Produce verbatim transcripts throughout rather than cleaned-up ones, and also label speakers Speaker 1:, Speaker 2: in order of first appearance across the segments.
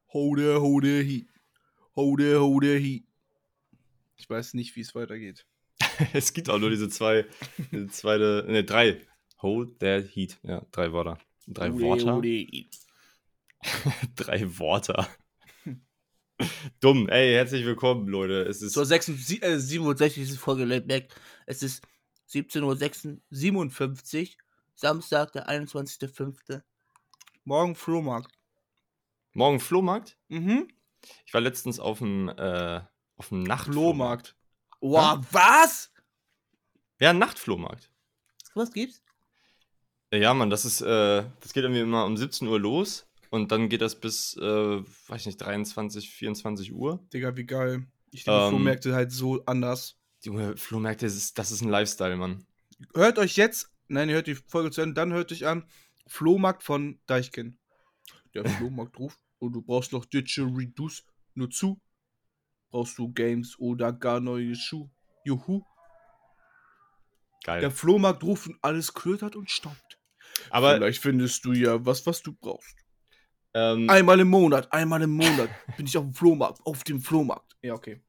Speaker 1: Ho there, ho there, he. Ho there, ho there, he. Ich weiß nicht, wie es weitergeht.
Speaker 2: Es gibt auch nur diese zwei, diese zweite, ne, drei. Hold that heat. Ja, drei Wörter. Drei
Speaker 1: Ho
Speaker 2: Worte.
Speaker 1: there, ho there, he.
Speaker 2: Drei Worte. Dumm. Ey, herzlich willkommen, Leute. Es ist
Speaker 1: Zur siebenundsechzigsten Folge Laid Back. Es ist siebzehn Uhr siebenundfünfzig. Samstag, der einundzwanzigster fünfte Morgen Flohmarkt.
Speaker 2: morgen Flohmarkt.
Speaker 1: Mhm.
Speaker 2: Ich war letztens auf dem, äh, auf dem
Speaker 1: Flohmarkt.
Speaker 2: Nachtflohmarkt.
Speaker 1: Wow, was?
Speaker 2: Ja, Nachtflohmarkt.
Speaker 1: Was gibt's?
Speaker 2: Ja, Mann, das ist, äh, das geht irgendwie immer um siebzehn Uhr los und dann geht das bis, äh, weiß ich nicht, dreiundzwanzig, vierundzwanzig Uhr.
Speaker 1: Digga, wie geil. Ich liebe
Speaker 2: Ähm,
Speaker 1: Flohmärkte halt so anders.
Speaker 2: Junge, Flohmärkte, das ist, das ist ein Lifestyle, Mann.
Speaker 1: Hört euch jetzt, nein, ihr hört die Folge zu Ende, dann hört euch an, Flohmarkt von Deichkind. Der Flohmarkt ruft und du brauchst noch Didgeridoos, nur zu. Brauchst du Games oder gar neue Schuhe. Juhu.
Speaker 2: Geil.
Speaker 1: Der Flohmarkt ruft und alles klötert und staubt.
Speaker 2: Aber
Speaker 1: Vielleicht findest du ja was, was du brauchst.
Speaker 2: ähm,
Speaker 1: Einmal im Monat, einmal im Monat bin ich auf dem Flohmarkt, auf dem Flohmarkt. Ja, okay.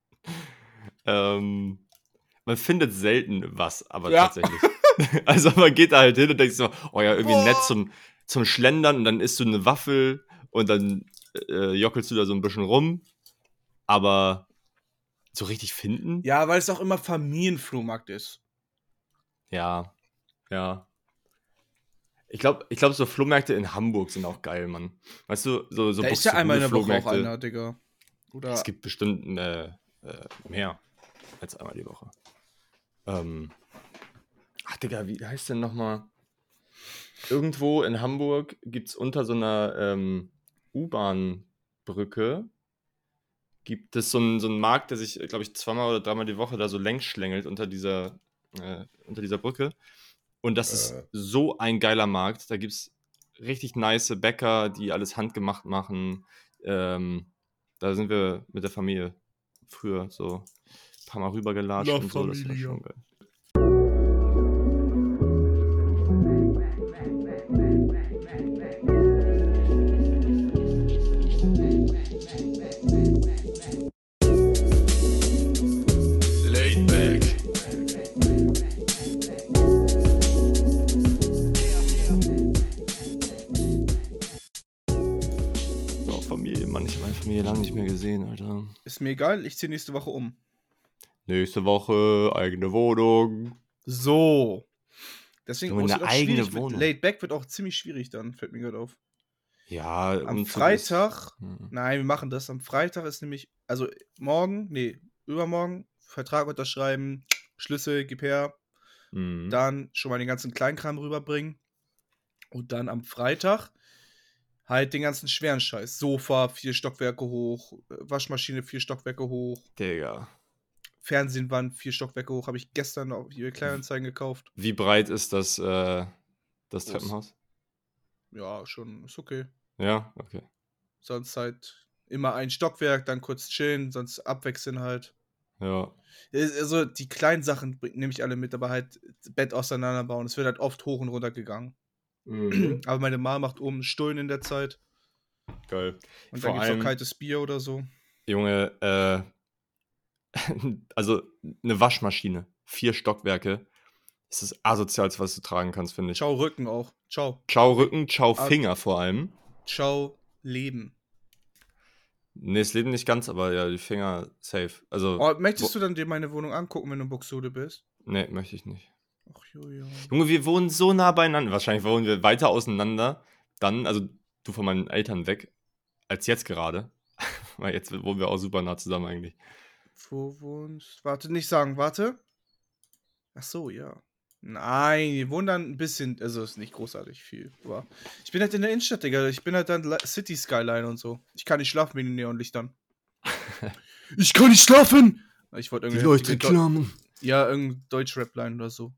Speaker 2: ähm, man findet selten was, aber
Speaker 1: Ja.
Speaker 2: tatsächlich. Also man geht da halt hin und denkt so, oh ja, irgendwie
Speaker 1: Boah.
Speaker 2: nett zum, zum Schlendern und dann isst du eine Waffel und dann äh, jockelst du da so ein bisschen rum. Aber so richtig finden?
Speaker 1: Ja, weil es auch immer Familienflohmarkt ist.
Speaker 2: Ja, ja. Ich glaube, ich glaub, so Flohmärkte in Hamburg sind auch geil, Mann. Weißt du, so, so
Speaker 1: Da ist ja einmal in der Woche auch
Speaker 2: Buxtehude-Flohmärkte.
Speaker 1: einer, Digga. Oder
Speaker 2: Es gibt bestimmt äh, äh, mehr als einmal die Woche. Ähm, ach, Digga, wie heißt denn nochmal? Irgendwo in Hamburg gibt es unter so einer ähm, U-Bahn-Brücke gibt es so einen, so einen Markt, der sich, glaube ich, zweimal oder dreimal die Woche da so längs schlängelt unter dieser, äh, unter dieser Brücke. Und das ist
Speaker 1: Äh.
Speaker 2: so ein geiler Markt. Da gibt es richtig nice Bäcker, die alles handgemacht machen. Ähm, da sind wir mit der Familie früher so ein paar Mal rübergelatscht
Speaker 1: La
Speaker 2: und so. Das war
Speaker 1: Familia.
Speaker 2: schon geil.
Speaker 1: Laid Back.
Speaker 2: Ja, Familie, Mann, ich habe meine Familie lange nicht mehr gesehen, Alter.
Speaker 1: Ist mir egal, ich ziehe nächste Woche um.
Speaker 2: Nächste Woche, eigene Wohnung.
Speaker 1: So. Deswegen
Speaker 2: Junge,
Speaker 1: oh, es
Speaker 2: eine
Speaker 1: wird auch
Speaker 2: eigene
Speaker 1: schwierig. Mit
Speaker 2: Wohnung.
Speaker 1: Laid Back wird auch ziemlich schwierig dann, fällt mir gerade auf.
Speaker 2: Ja,
Speaker 1: Am
Speaker 2: Umzug
Speaker 1: Freitag,
Speaker 2: ist- hm.
Speaker 1: nein, wir machen das. Am Freitag ist nämlich, also morgen, nee, übermorgen, Vertrag unterschreiben, Schlüssel, gib her,
Speaker 2: Mhm.
Speaker 1: dann schon mal den ganzen Kleinkram rüberbringen und dann am Freitag halt den ganzen schweren Scheiß. Sofa, vier Stockwerke hoch, äh, Waschmaschine, vier Stockwerke hoch,
Speaker 2: Digga.
Speaker 1: Fernsehen, Wand, vier Stockwerke hoch. Habe ich gestern auf eBay Kleinanzeigen gekauft.
Speaker 2: Wie breit ist das, äh, das
Speaker 1: Groß.
Speaker 2: Treppenhaus?
Speaker 1: Ja, schon, ist okay.
Speaker 2: Ja, okay.
Speaker 1: Sonst halt immer ein Stockwerk, dann kurz chillen, sonst abwechseln halt.
Speaker 2: Ja.
Speaker 1: Also die kleinen Sachen bring- nehme ich alle mit, aber halt Bett auseinanderbauen. Es wird halt oft hoch und runter gegangen.
Speaker 2: Mhm.
Speaker 1: Aber meine Mama macht oben Stullen in der Zeit.
Speaker 2: Geil.
Speaker 1: Und
Speaker 2: Vor
Speaker 1: dann gibt's auch
Speaker 2: allem,
Speaker 1: kaltes Bier oder so.
Speaker 2: Junge, äh, also eine Waschmaschine, vier Stockwerke, ist das asozialste, was du tragen kannst, finde ich.
Speaker 1: Ciao Rücken auch. Ciao.
Speaker 2: Ciao Rücken, ciao
Speaker 1: Ah.
Speaker 2: Finger vor allem.
Speaker 1: Ciao Leben.
Speaker 2: Nee, das Leben nicht ganz, aber ja, die Finger safe. Also,
Speaker 1: Oh, möchtest
Speaker 2: wo-
Speaker 1: du dann dir meine Wohnung angucken, wenn du in Buxtehude bist?
Speaker 2: nee, möchte ich nicht.
Speaker 1: Ach Julian.
Speaker 2: Junge, wir wohnen so nah beieinander. Wahrscheinlich wohnen wir weiter auseinander. Dann, also du von meinen Eltern weg, als jetzt gerade. Weil jetzt wohnen wir auch super nah zusammen eigentlich.
Speaker 1: Wo wohnst? Warte, nicht sagen, warte. Ach so, ja. Nein, die wohnen dann ein bisschen, also ist nicht großartig viel. Aber ich bin halt in der Innenstadt, Digga. Ich bin halt dann Li- City Skyline und so. Ich kann nicht schlafen wegen den Neonlichtern. Ich kann nicht schlafen! Ich wollte irgendwie. heftige Deu-
Speaker 2: klammen.
Speaker 1: Ja, irgendein Deutsch-Rap-Line oder so.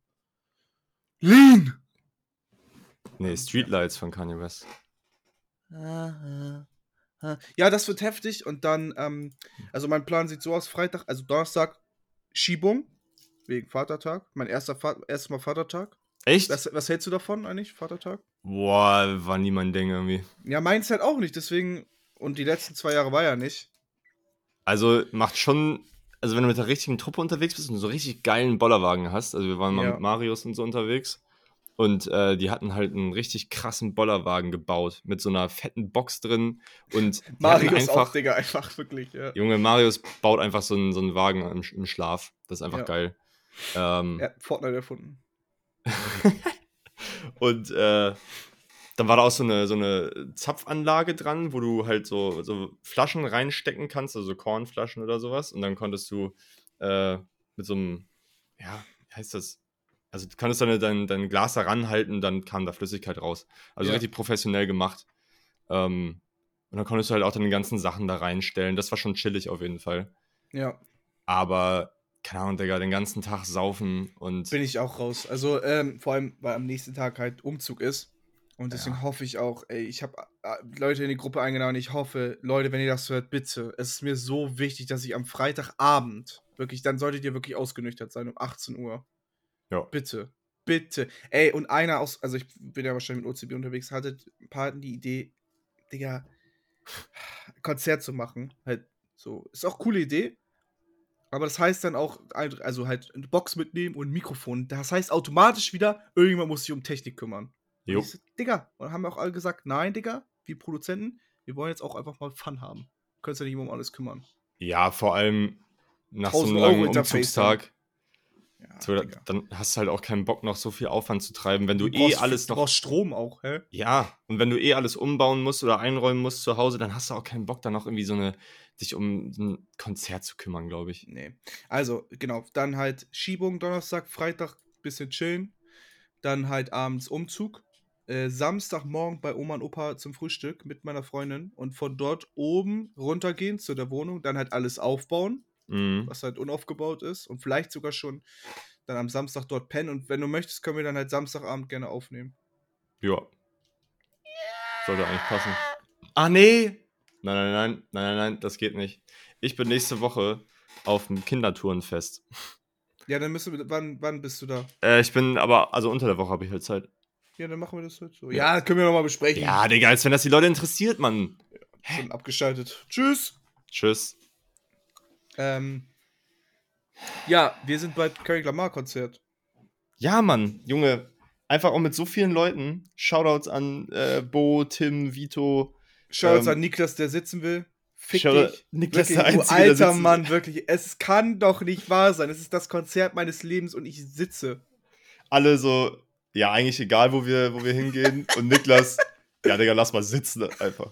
Speaker 1: Lean!
Speaker 2: Nee, Streetlights von Kanye West.
Speaker 1: Ja, das wird heftig und dann, ähm, also mein Plan sieht so aus, Freitag, also Donnerstag, Schiebung, wegen Vatertag, mein erster Fa- erstes Mal Vatertag.
Speaker 2: Echt?
Speaker 1: Was, was hältst du davon eigentlich, Vatertag?
Speaker 2: Boah, war nie mein Ding irgendwie.
Speaker 1: Ja, meins halt auch nicht, deswegen Und die letzten zwei Jahre war ja nicht.
Speaker 2: Also macht schon, also wenn du mit der richtigen Truppe unterwegs bist und so richtig geilen Bollerwagen hast, also wir waren mal
Speaker 1: Ja.
Speaker 2: mit Marius und so unterwegs und äh, die hatten halt einen richtig krassen Bollerwagen gebaut mit so einer fetten Box drin und die hatten
Speaker 1: Marius auch,
Speaker 2: einfach,
Speaker 1: Digga, einfach wirklich, ja.
Speaker 2: Junge, Marius baut einfach so einen, so einen Wagen im, im Schlaf. Das ist einfach
Speaker 1: Ja.
Speaker 2: geil. Ähm,
Speaker 1: Er hat Fortnite erfunden.
Speaker 2: und äh, dann war da auch so eine, so eine Zapfanlage dran, wo du halt so, so Flaschen reinstecken kannst, also Kornflaschen oder sowas. Und dann konntest du äh, mit so einem, ja, wie heißt das? Also du konntest dann dein, dein Glas da ranhalten, dann kam da Flüssigkeit raus. Also
Speaker 1: Ja.
Speaker 2: richtig professionell gemacht. Ähm, und dann konntest du halt auch deine ganzen Sachen da reinstellen. Das war schon chillig auf jeden Fall.
Speaker 1: Ja.
Speaker 2: Aber, keine Ahnung, Digga, den ganzen Tag saufen und.
Speaker 1: Bin ich auch raus. Also, ähm, vor allem, weil am nächsten Tag halt Umzug ist. Und deswegen
Speaker 2: Ja.
Speaker 1: hoffe ich auch, ey, ich habe äh, Leute in die Gruppe eingeladen. Ich hoffe, Leute, wenn ihr das hört, bitte. Es ist mir so wichtig, dass ich am Freitagabend, wirklich, dann solltet ihr wirklich ausgenüchtert sein, um achtzehn Uhr.
Speaker 2: Ja.
Speaker 1: Bitte. Bitte. Ey, und einer aus, also ich bin ja wahrscheinlich mit O C B unterwegs, hatte ein paar hatten die Idee, Digga, Konzert zu machen. Halt so. Ist auch eine coole Idee. Aber das heißt dann auch, also halt eine Box mitnehmen und ein Mikrofon. Das heißt automatisch wieder, irgendjemand muss sich um Technik kümmern. Und
Speaker 2: Jo.
Speaker 1: ich so, Digga, und dann haben wir auch alle gesagt, nein, Digga, wir Produzenten, wir wollen jetzt auch einfach mal Fun haben. Du kannst ja nicht um alles kümmern.
Speaker 2: Ja, vor allem nach so einem
Speaker 1: tausend Euro
Speaker 2: langen
Speaker 1: Interface dann.
Speaker 2: Umzugstag.
Speaker 1: Ja,
Speaker 2: So, da-
Speaker 1: Digga.
Speaker 2: dann hast du halt auch keinen Bock, noch so viel Aufwand zu treiben, wenn du,
Speaker 1: Du
Speaker 2: eh
Speaker 1: brauchst,
Speaker 2: alles
Speaker 1: du
Speaker 2: noch.
Speaker 1: brauchst Strom auch, hä?
Speaker 2: Ja, und wenn du eh alles umbauen musst oder einräumen musst zu Hause, dann hast du auch keinen Bock, dann noch irgendwie so eine, dich um so ein Konzert zu kümmern, glaube ich.
Speaker 1: Nee. Also, genau, dann halt Schiebung, Donnerstag, Freitag, bisschen chillen. Dann halt abends Umzug. Äh, Samstagmorgen bei Oma und Opa zum Frühstück mit meiner Freundin und von dort oben runtergehen zu der Wohnung, dann halt alles aufbauen,
Speaker 2: Mhm.
Speaker 1: was halt unaufgebaut ist und vielleicht sogar schon dann am Samstag dort pennen und wenn du möchtest, können wir dann halt Samstagabend gerne aufnehmen.
Speaker 2: Ja. Sollte eigentlich passen. Ah, nee! Nein, nein, nein, nein, nein, nein, das geht nicht. Ich bin nächste Woche auf dem Kindertourenfest.
Speaker 1: Ja, dann müssen wir, wann, wann bist du da?
Speaker 2: Äh, ich bin aber, also unter der Woche habe ich halt Zeit.
Speaker 1: Ja, dann machen wir das halt so.
Speaker 2: Ja.
Speaker 1: Ja, können wir nochmal besprechen.
Speaker 2: Ja, Digga, als wenn das die Leute interessiert, Mann.
Speaker 1: Schon abgeschaltet. Tschüss.
Speaker 2: Tschüss.
Speaker 1: Ähm, ja, wir sind bei Kendrick Lamar Konzert.
Speaker 2: Ja, Mann, Junge. Einfach auch mit so vielen Leuten. Shoutouts an äh, Bo, Tim, Vito.
Speaker 1: Schaut
Speaker 2: ähm,
Speaker 1: an Niklas, der sitzen will. Fick
Speaker 2: Shout-
Speaker 1: dich.
Speaker 2: Niklas,
Speaker 1: Wirklich,
Speaker 2: der
Speaker 1: du
Speaker 2: Einzige, der
Speaker 1: alter
Speaker 2: sitzen
Speaker 1: Mann, wirklich. Es kann doch nicht wahr sein. Es ist das Konzert meines Lebens und ich sitze.
Speaker 2: alle so, ja, eigentlich egal, wo wir, wo wir hingehen. Und Niklas, ja, Digga, lass mal sitzen einfach.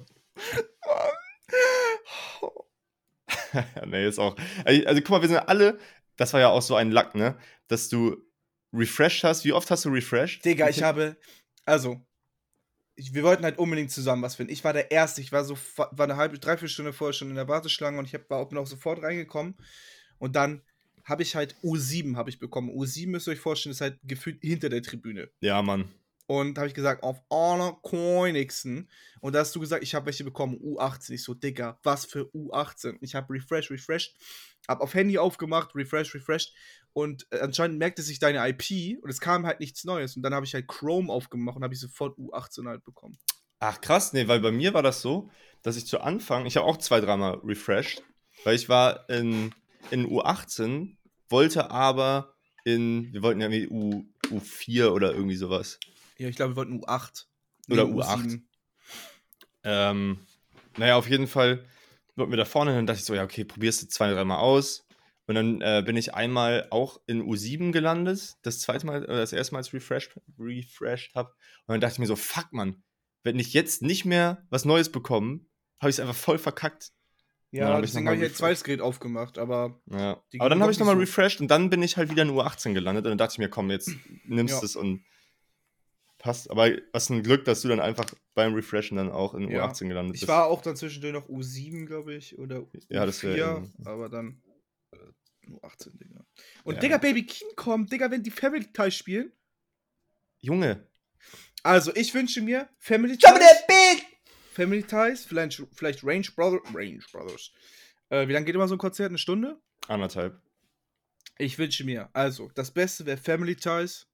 Speaker 2: Nee, ist auch. Also, also, guck mal, wir sind alle, das war ja auch so ein Lack, ne? Dass du refreshed hast. Wie oft hast du refreshed?
Speaker 1: Digga, ich habe. Also, ich, wir wollten halt unbedingt zusammen was finden. Ich war der Erste. Ich war so war eine halbe, dreiviertel Stunde vorher schon in der Warteschlange und ich hab, war auch noch sofort reingekommen. Und dann habe ich halt U sieben habe ich bekommen. U sieben müsst ihr euch vorstellen, ist halt gefühlt hinter der Tribüne.
Speaker 2: Ja, Mann.
Speaker 1: Und habe ich gesagt, auf allerkönigsten. Und da hast du gesagt, ich habe welche bekommen, U achtzehn. Ich so, Digga, was für U achtzehn? Ich habe refresh, refreshed, habe auf Handy aufgemacht, refresh, refreshed. Und äh, anscheinend merkte sich deine I P und es kam halt nichts Neues. Und dann habe ich halt Chrome aufgemacht und habe ich sofort U achtzehn halt bekommen.
Speaker 2: Ach, krass, nee, weil bei mir war das so, dass ich zu Anfang, ich habe auch zwei, dreimal refreshed, weil ich war in, in U achtzehn, wollte aber in, wir wollten ja irgendwie U, U4 oder irgendwie sowas.
Speaker 1: Ja, ich glaube, wir wollten U acht.
Speaker 2: Oder U acht. Ähm, naja, auf jeden Fall wollten wir da vorne hin und dachte ich so, ja, okay, probierst du zwei, dreimal aus. Und dann äh, bin ich einmal auch in U sieben gelandet, das zweite Mal, äh, das erste Mal als refreshed, refreshed habe. Und dann dachte ich mir so, fuck, Mann, wenn ich jetzt nicht mehr was Neues bekomme, habe ich es einfach voll verkackt.
Speaker 1: Ja,
Speaker 2: hab ich
Speaker 1: deswegen
Speaker 2: noch mal
Speaker 1: habe ich halt
Speaker 2: refreshed.
Speaker 1: zweites Gerät aufgemacht, aber.
Speaker 2: Ja.
Speaker 1: Die
Speaker 2: Aber dann
Speaker 1: gingen
Speaker 2: habe
Speaker 1: doch
Speaker 2: ich nochmal
Speaker 1: nicht so.
Speaker 2: refreshed und dann bin ich halt wieder in U achtzehn gelandet. Und dann dachte ich mir, komm, jetzt nimmst
Speaker 1: Ja.
Speaker 2: du es und passt. Aber was ein Glück, dass du dann einfach beim Refreshen dann auch in
Speaker 1: Ja.
Speaker 2: U achtzehn gelandet bist.
Speaker 1: Ich war auch dann zwischendurch noch U sieben, glaube ich, oder U vier,
Speaker 2: Ja, das wär,
Speaker 1: aber dann äh, U achtzehn, Digga. Und
Speaker 2: Ja.
Speaker 1: Digga, Baby King kommt, Digga, wenn die Family Ties spielen.
Speaker 2: Junge.
Speaker 1: Also, ich wünsche mir Family Ties. Family Ties, vielleicht, vielleicht Range Brothers. Range Brothers. Äh, wie lange geht immer so ein Konzert? Eine Stunde?
Speaker 2: Anderthalb.
Speaker 1: Ich wünsche mir, also, das Beste wäre Family Ties,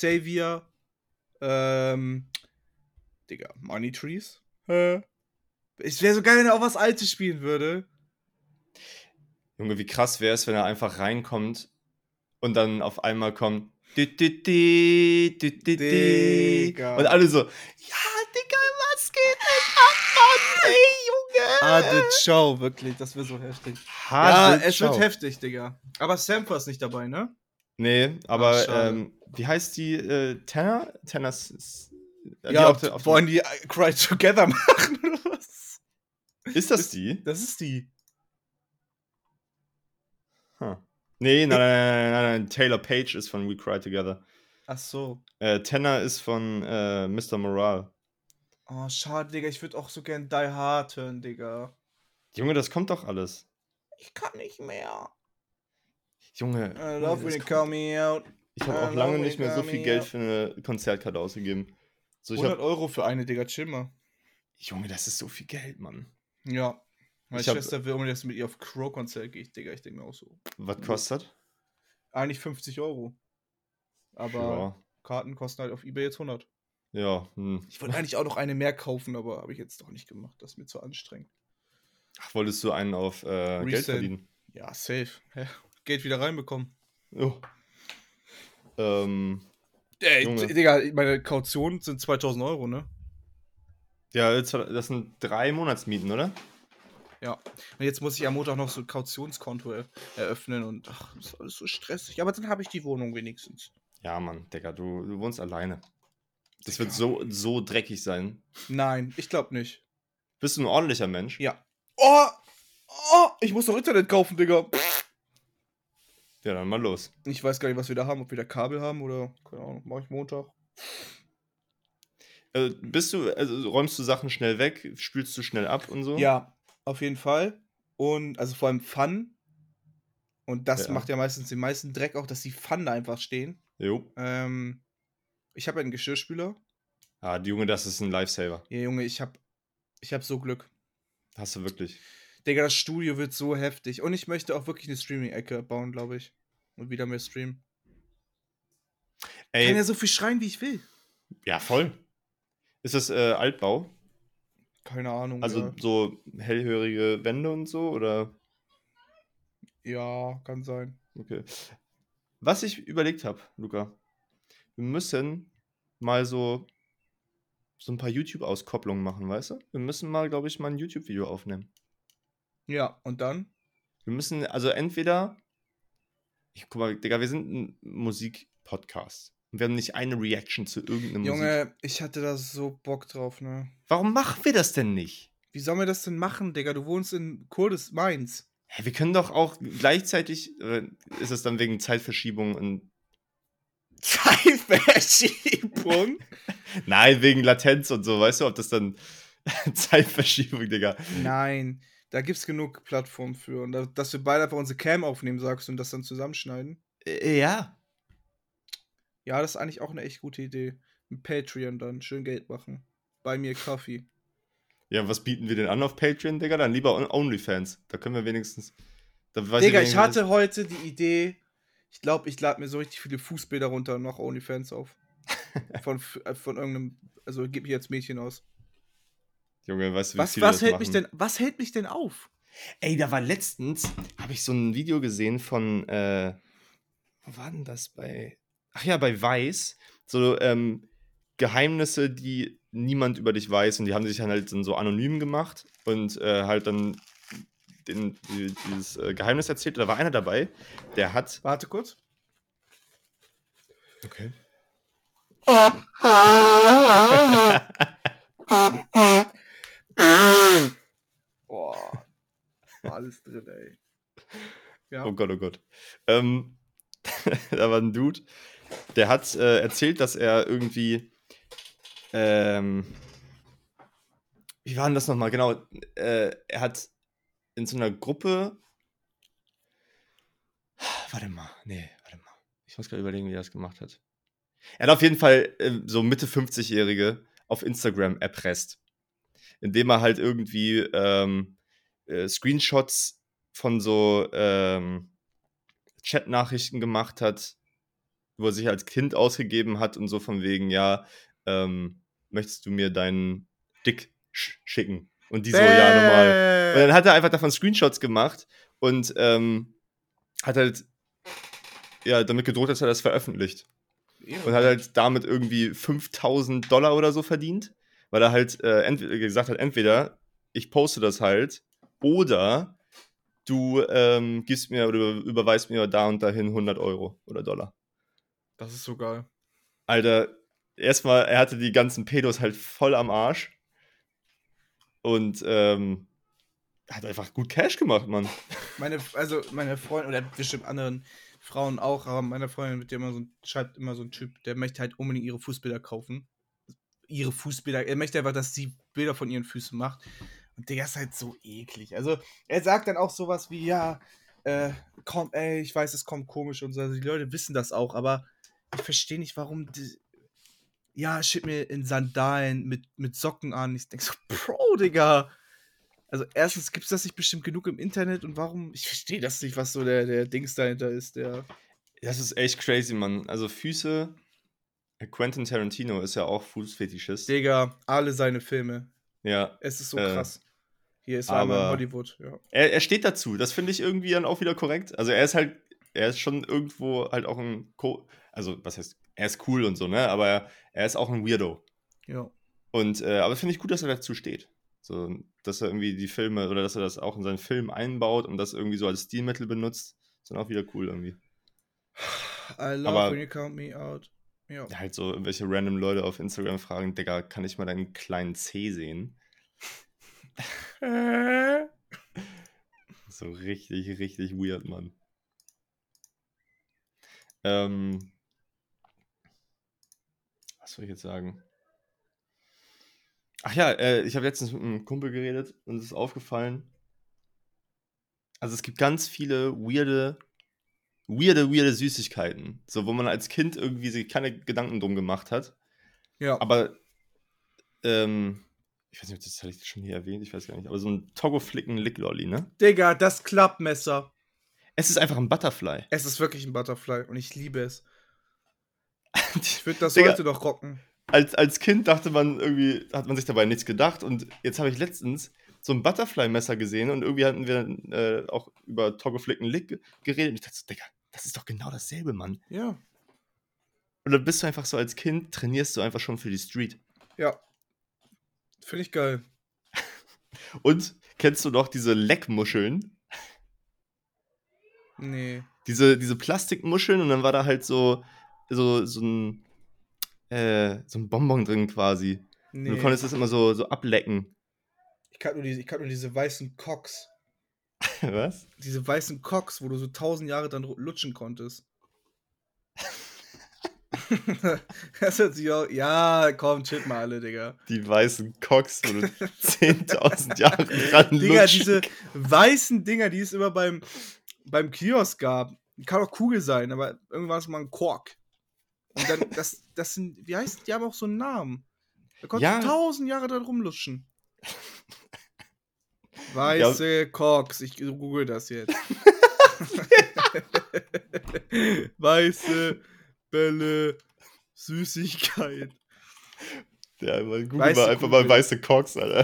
Speaker 1: Savior, ähm, Digga, Money Trees. Äh, Es wäre so geil, wenn er auch was Altes spielen würde.
Speaker 2: Junge, wie krass wäre es, wenn er einfach reinkommt und dann auf einmal kommt. Di, di, di, di, di, di.
Speaker 1: Digga.
Speaker 2: Und alle so, ja, Digga, was geht denn ab, Mann? Ey, Junge.
Speaker 1: Hade Ciao, wirklich, das wäre so heftig.
Speaker 2: Hade
Speaker 1: ja, es
Speaker 2: Ciao.
Speaker 1: wird heftig, Digga. Aber Sampler ist nicht dabei, ne?
Speaker 2: Nee, aber
Speaker 1: Ach, schade.
Speaker 2: ähm, wie heißt die? Äh, Tanner? Tanner s- s- äh, die
Speaker 1: Ja,
Speaker 2: auf der- auf
Speaker 1: wollen die äh, Cry Together machen oder was?
Speaker 2: Ist das die?
Speaker 1: Das ist die.
Speaker 2: Huh. Nee, nein, nein, nein, nein, nein, Taylor Page ist von We Cry Together.
Speaker 1: Ach so.
Speaker 2: Äh, Tanner ist von äh, Mister Morale.
Speaker 1: Oh, schade, Digga. Ich würde auch so gern Die Hard hören, Digga.
Speaker 2: Junge, das kommt doch alles.
Speaker 1: Ich kann nicht mehr.
Speaker 2: Junge,
Speaker 1: I love when
Speaker 2: das
Speaker 1: you
Speaker 2: kommt-
Speaker 1: call me out.
Speaker 2: ich habe
Speaker 1: I
Speaker 2: auch
Speaker 1: love
Speaker 2: lange
Speaker 1: when
Speaker 2: nicht
Speaker 1: you
Speaker 2: mehr so
Speaker 1: call
Speaker 2: viel
Speaker 1: me
Speaker 2: Geld
Speaker 1: out.
Speaker 2: für eine Konzertkarte ausgegeben. So, ich
Speaker 1: hundert
Speaker 2: hab,
Speaker 1: Euro für eine, Digga. Chill mal.
Speaker 2: Junge, das ist so viel Geld, Mann.
Speaker 1: Ja. Meine
Speaker 2: Ich hab-
Speaker 1: Schwester will unbedingt, dass mit ihr auf Crow-Konzert geht, Digga. Ich denke mir auch so.
Speaker 2: Was kostet?
Speaker 1: Eigentlich fünfzig Euro. Aber
Speaker 2: Ja,
Speaker 1: Karten kosten halt auf eBay jetzt hundert.
Speaker 2: ja. Hm.
Speaker 1: Ich wollte eigentlich auch noch eine mehr kaufen, aber habe ich jetzt doch nicht gemacht. Das ist mir zu anstrengend.
Speaker 2: Ach, wolltest du einen auf äh, Geld
Speaker 1: Resale.
Speaker 2: verdienen?
Speaker 1: Ja, safe. Hä? Geld wieder reinbekommen.
Speaker 2: Oh. Ähm,
Speaker 1: Ey,
Speaker 2: Junge.
Speaker 1: D- Digga, meine Kaution sind zweitausend Euro, ne?
Speaker 2: ja, jetzt- das sind drei Monatsmieten, oder?
Speaker 1: Ja. Und jetzt muss ich am Montag noch so ein Kautionskonto er eröffnen und ach, das ist alles so stressig. Aber dann habe ich die Wohnung wenigstens.
Speaker 2: Ja, Mann, Digga, du, du wohnst alleine. Das
Speaker 1: Digga.
Speaker 2: wird so, so dreckig sein.
Speaker 1: Nein, ich glaube nicht.
Speaker 2: Bist du ein ordentlicher Mensch?
Speaker 1: Ja. Oh! Oh! Ich muss noch Internet kaufen, Digga.
Speaker 2: Ja, dann mal los.
Speaker 1: Ich weiß gar nicht, was wir da haben. Ob wir da Kabel haben oder, keine Ahnung, mache ich Montag.
Speaker 2: Äh, bist du, also räumst du Sachen schnell weg, spülst du schnell ab und so?
Speaker 1: Ja, auf jeden Fall. Und also vor allem Pfannen. Und das
Speaker 2: Ja.
Speaker 1: macht ja meistens den meisten Dreck auch, dass die Pfannen da einfach stehen.
Speaker 2: Jo.
Speaker 1: Ähm, ich habe einen Geschirrspüler.
Speaker 2: Ah, die Junge, das ist ein Lifesaver.
Speaker 1: Ja, Junge, ich habe ich hab so Glück.
Speaker 2: Hast du wirklich.
Speaker 1: Digga, das Studio wird so heftig. Und ich möchte auch wirklich eine Streaming-Ecke bauen, glaube ich. Und wieder mehr streamen.
Speaker 2: Ey,
Speaker 1: Kann ja so viel schreien, wie ich will.
Speaker 2: ja, voll. Ist das äh, Altbau?
Speaker 1: Keine Ahnung.
Speaker 2: Also
Speaker 1: ja.
Speaker 2: so hellhörige Wände und so, oder?
Speaker 1: ja, kann sein.
Speaker 2: Okay. Was ich überlegt habe, Luca, wir müssen mal so, so ein paar YouTube-Auskopplungen machen, weißt du? Wir müssen mal, glaube ich, mal ein YouTube-Video aufnehmen.
Speaker 1: Ja, und dann?
Speaker 2: Wir müssen, also entweder, ich guck mal, Digga, wir sind ein Musik-Podcast. Und wir haben nicht eine Reaction zu irgendeiner Musik.
Speaker 1: Junge, ich hatte da so Bock drauf, ne?
Speaker 2: Warum machen wir das denn nicht?
Speaker 1: Wie sollen wir das denn machen, Digga? Du wohnst in Kurdis, Mainz.
Speaker 2: Hä, wir können doch auch gleichzeitig, äh, ist es dann wegen Zeitverschiebung und.
Speaker 1: Zeitverschiebung?
Speaker 2: Nein, wegen Latenz und so, weißt du, ob das dann Zeitverschiebung, Digga.
Speaker 1: Nein, da gibt's genug Plattformen für. Und da, dass wir beide einfach unsere Cam aufnehmen, sagst du, und das dann zusammenschneiden.
Speaker 2: Äh, ja.
Speaker 1: Ja, das ist eigentlich auch eine echt gute Idee. Mit Patreon dann schön Geld machen. Bei mir Kaffee.
Speaker 2: Ja, was bieten wir denn an auf Patreon, Digga? Dann lieber On- OnlyFans. Da können wir wenigstens. Da weiß
Speaker 1: Digga, ich
Speaker 2: wenigstens-
Speaker 1: hatte heute die Idee, ich glaube, ich lade mir so richtig viele Fußbilder runter und mache OnlyFans auf. Von, f- äh, von irgendeinem, also gib mir jetzt Mädchen aus.
Speaker 2: Junge, weißt du, wie
Speaker 1: Was,
Speaker 2: viele
Speaker 1: was
Speaker 2: das
Speaker 1: hält
Speaker 2: machen?
Speaker 1: mich denn, was hält mich denn auf?
Speaker 2: Ey, da war letztens, habe ich so ein Video gesehen von, äh, wo war denn das bei, ach ja, bei Weiß, so, ähm, Geheimnisse, die niemand über dich weiß und die haben sich dann halt dann so anonym gemacht und äh, halt dann den, die, dieses äh, Geheimnis erzählt. Da war einer dabei, der hat,
Speaker 1: Warte kurz.
Speaker 2: okay,
Speaker 1: Boah. Alles drin, ey. Ja.
Speaker 2: oh Gott, oh Gott, ähm, da war ein Dude, der hat äh, erzählt, dass er irgendwie, ähm, wie war denn das nochmal? Genau, äh, er hat in so einer Gruppe, warte mal, nee, warte mal, ich muss gerade überlegen, wie er das gemacht hat. Er hat auf jeden Fall äh, so Mitte fünfzig-Jährige auf Instagram erpresst, indem er halt irgendwie ähm, äh, Screenshots von so ähm, Chatnachrichten gemacht hat, wo er sich als Kind ausgegeben hat und so von wegen, ja, ähm, möchtest du mir deinen Dick sch- schicken? Und die so, ja, normal. Und dann hat er einfach davon Screenshots gemacht und ähm, hat halt ja, damit gedroht, dass er das veröffentlicht. Und hat halt damit irgendwie fünftausend Dollar oder so verdient, weil er halt äh, ent- gesagt hat, entweder ich poste das halt oder du ähm, gibst mir oder überweist mir da und dahin hundert Euro oder Dollar.
Speaker 1: Das ist so geil.
Speaker 2: Alter, erstmal, er hatte die ganzen Pedos halt voll am Arsch und ähm, hat einfach gut Cash gemacht, Mann.
Speaker 1: Meine, also meine Freundin, oder bestimmt anderen Frauen auch, aber meine Freundin, mit der immer so ein, schreibt immer so ein Typ, der möchte halt unbedingt ihre Fußbilder kaufen. Ihre Fußbilder, er möchte einfach, dass sie Bilder von ihren Füßen macht. Und der ist halt so eklig. Also, er sagt dann auch sowas wie, ja, äh, komm, ey, ich weiß, es kommt komisch und so. Also, die Leute wissen das auch, aber ich verstehe nicht, warum die, ja, schick mir in Sandalen mit, mit Socken an. Ich denke so, Bro, Digga. Also erstens gibt es das nicht bestimmt genug im Internet und warum? Ich verstehe das nicht, was so der, der Dings dahinter ist, der.
Speaker 2: Das ist echt crazy, Mann. Also Füße, Quentin Tarantino ist ja auch Fußfetischist.
Speaker 1: Digga, alle seine Filme.
Speaker 2: Ja.
Speaker 1: Es ist so
Speaker 2: äh,
Speaker 1: krass. Hier ist einmal in
Speaker 2: aber
Speaker 1: Hollywood, ja.
Speaker 2: er, er steht dazu. Das finde ich irgendwie dann auch wieder korrekt. Also er ist halt, er ist schon irgendwo halt auch ein, Co also was heißt, er ist cool und so, ne? Aber er, er ist auch ein Weirdo.
Speaker 1: Ja.
Speaker 2: Und, äh, aber finde ich gut, dass er dazu steht. So, dass er irgendwie die Filme oder dass er das auch in seinen Film einbaut und das irgendwie so als Stilmittel benutzt, ist dann auch wieder cool irgendwie.
Speaker 1: I love
Speaker 2: Aber-
Speaker 1: when you count me out. Ja.
Speaker 2: Halt so irgendwelche random Leute auf Instagram fragen, Digga, kann ich mal deinen kleinen C sehen? So richtig, richtig weird, Mann. Ähm, was soll ich jetzt sagen? Ach ja, äh, ich habe letztens mit einem Kumpel geredet und es ist aufgefallen. Also es gibt ganz viele weirde, weirde, weirde Süßigkeiten. So, wo man als Kind irgendwie sich keine Gedanken drum gemacht hat.
Speaker 1: Ja.
Speaker 2: Aber, ähm, ich weiß nicht, das hatte ich schon hier erwähnt, ich weiß gar nicht. Aber so ein Togo-Flicken-Lick-Lolli, ne?
Speaker 1: Digga, das Klappmesser.
Speaker 2: Es ist einfach ein Butterfly.
Speaker 1: Es ist wirklich ein Butterfly und ich liebe es. Ich würde das
Speaker 2: Digga,
Speaker 1: heute noch rocken.
Speaker 2: als, als Kind dachte man irgendwie, hat man sich dabei nichts gedacht. Und jetzt habe ich letztens so ein Butterfly-Messer gesehen und irgendwie hatten wir äh, auch über Togo-Flicken-Lick geredet. Und ich dachte so, Digga, das ist doch genau dasselbe, Mann.
Speaker 1: Ja.
Speaker 2: Und dann bist du einfach so als Kind, trainierst du einfach schon für die Street.
Speaker 1: Ja. Finde ich geil.
Speaker 2: Und kennst du noch diese Leckmuscheln?
Speaker 1: Nee.
Speaker 2: Diese, diese Plastikmuscheln und dann war da halt so, so, so ein, äh, so ein Bonbon drin quasi.
Speaker 1: Nee.
Speaker 2: Und du konntest das immer so, so ablecken.
Speaker 1: Ich kann nur diese, ich kann nur diese weißen Cocks.
Speaker 2: Was?
Speaker 1: Diese weißen Cocks, wo du so tausend Jahre dann ru- lutschen konntest. Das hört sich auch. Ja, komm, chillt mal alle, Digga.
Speaker 2: Die weißen Cocks, wo du zehntausend Jahre dran
Speaker 1: Digga,
Speaker 2: lutschen.
Speaker 1: diese weißen Dinger, die es immer beim, beim Kiosk gab. Kann auch Kugel sein, aber irgendwann ist mal ein Quark. Und dann, das, das sind, wie heißt, die haben auch so einen Namen. Da konntest
Speaker 2: Ja.
Speaker 1: du tausend Jahre dran rumlutschen. Weiße Cocks, ich google das jetzt. Weiße Bälle, Süßigkeit.
Speaker 2: Ja, mal google
Speaker 1: Weiße
Speaker 2: mal einfach
Speaker 1: Kugel.
Speaker 2: mal weiße Cocks, Alter.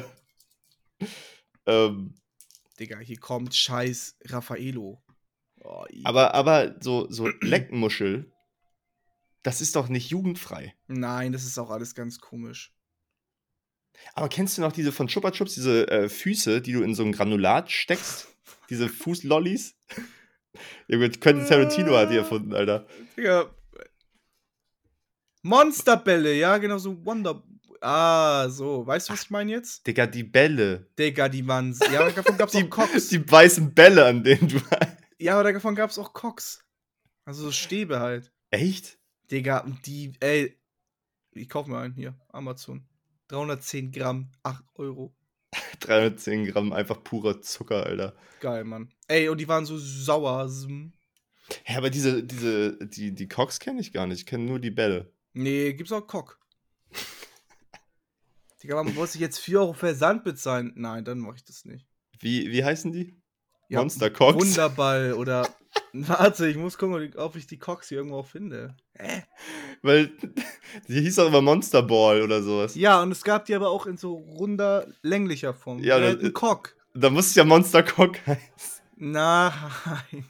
Speaker 2: Ähm,
Speaker 1: Digga, hier kommt scheiß Raffaello. Oh,
Speaker 2: aber, aber so, so Leckmuschel, das ist doch nicht jugendfrei.
Speaker 1: nein, das ist auch alles ganz komisch.
Speaker 2: Aber kennst du noch diese von Chupa Chups, diese äh, Füße, die du in so ein Granulat steckst? Diese Fußlollis? Ja gut, Quentin Tarantino hat die erfunden, Alter.
Speaker 1: Digga. Monsterbälle, ja, genau so Wonder. Ah, so. Weißt du, was ich meine jetzt?
Speaker 2: Digga, die Bälle.
Speaker 1: Digga, die waren. Ja, davon gab's
Speaker 2: Die,
Speaker 1: auch Cox.
Speaker 2: die weißen Bälle, an denen du...
Speaker 1: Ja, aber davon gab's auch Cox. Also so Stäbe halt.
Speaker 2: Echt?
Speaker 1: Digga, und die, ey. Ich kauf mir einen hier. Amazon. dreihundertzehn Gramm, acht Euro.
Speaker 2: dreihundertzehn Gramm einfach purer Zucker, Alter.
Speaker 1: Geil, Mann. Ey, und die waren so sauer. Hm.
Speaker 2: Ja, aber diese, diese, die, die Cocks kenne ich gar nicht. Ich kenne nur die Bälle.
Speaker 1: Nee, gibt's auch Cock. Digga, man muss ich jetzt vier Euro Versand bezahlen? Nein, dann mach ich das nicht.
Speaker 2: Wie, wie heißen die?
Speaker 1: Ja,
Speaker 2: Monster Cocks?
Speaker 1: Wunderball oder. Warte, ich muss gucken, ob ich die Cox hier irgendwo finde. Hä?
Speaker 2: Weil die hieß auch immer Monster Ball oder sowas.
Speaker 1: Ja, und es gab die aber auch in so runder, länglicher Form.
Speaker 2: Ja,
Speaker 1: äh,
Speaker 2: das-
Speaker 1: ein Cock.
Speaker 2: Da muss es ja Monster Cock heißen.
Speaker 1: Nein.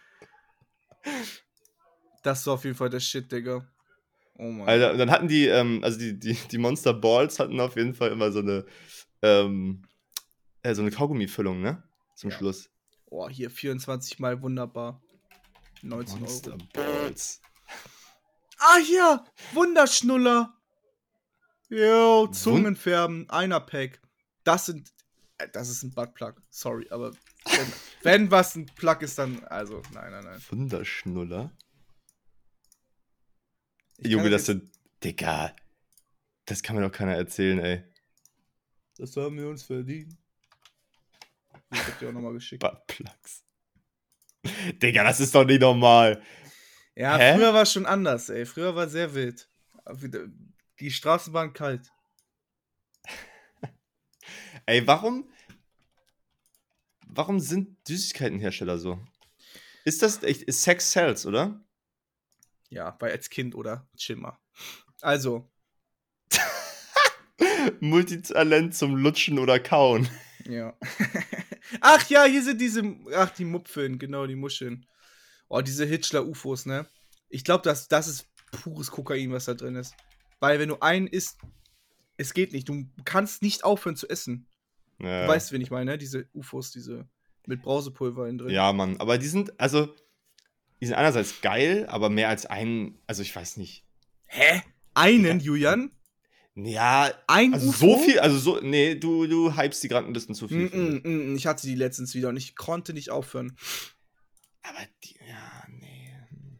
Speaker 1: Das ist auf jeden Fall der Shit, Digga. Oh mein
Speaker 2: Alter,
Speaker 1: Gott.
Speaker 2: und dann hatten die, ähm, also die, die, die Monster Balls hatten auf jeden Fall immer so eine, ähm, äh, so eine Kaugummi-Füllung, ne? Zum
Speaker 1: Ja.
Speaker 2: Schluss.
Speaker 1: Oh, hier vierundzwanzig Mal wunderbar. neunzehn
Speaker 2: Monster
Speaker 1: Euro.
Speaker 2: Balls.
Speaker 1: Ah, hier! Wunderschnuller! Jo,
Speaker 2: Wun-
Speaker 1: Zungenfärben, einer Pack. Das sind. äh, Das ist ein Buttplug. Sorry, aber wenn, wenn was ein Plug ist, dann. Also, nein, nein, nein.
Speaker 2: Wunderschnuller.
Speaker 1: Ich
Speaker 2: Junge,
Speaker 1: kann
Speaker 2: das
Speaker 1: jetzt-
Speaker 2: sind. Digga. Das kann mir doch keiner erzählen, ey.
Speaker 1: Das haben wir uns verdient. Ich hab dir auch nochmal geschickt.
Speaker 2: Buttplugs. Digga, das ist doch nicht normal.
Speaker 1: Ja,
Speaker 2: Hä?
Speaker 1: früher war es schon anders, ey. Früher war sehr wild. Die Straßen waren kalt.
Speaker 2: Ey, warum. Warum sind Süßigkeitenhersteller so? Ist das echt. Ist Sex Sells, oder?
Speaker 1: Ja, war als Kind oder Chimmer. Also,
Speaker 2: Multitalent zum Lutschen oder Kauen.
Speaker 1: ja. Ach ja, hier sind diese. Ach, die Mupfeln, genau, die Muscheln. Oh, diese Hitchler-U F Os, ne? Ich glaube, das, das ist pures Kokain, was da drin ist. Weil, wenn du einen isst, es geht nicht. Du kannst nicht aufhören zu essen.
Speaker 2: Ja.
Speaker 1: Du weißt, wen ich meine, ne? Diese U F Os, diese mit Brausepulver innen drin.
Speaker 2: Ja, Mann. Aber die sind, also, die sind einerseits geil, aber mehr als einen, also ich weiß nicht.
Speaker 1: Hä? Einen,
Speaker 2: Ja.
Speaker 1: Julian?
Speaker 2: Ja,
Speaker 1: Ein
Speaker 2: also
Speaker 1: U F
Speaker 2: so
Speaker 1: O?
Speaker 2: viel, also so, nee, du, du hypst die gerade ein bisschen zu viel.
Speaker 1: Mm -mm, mm, ich hatte die letztens wieder und ich konnte nicht aufhören.
Speaker 2: Aber die, ja, nee.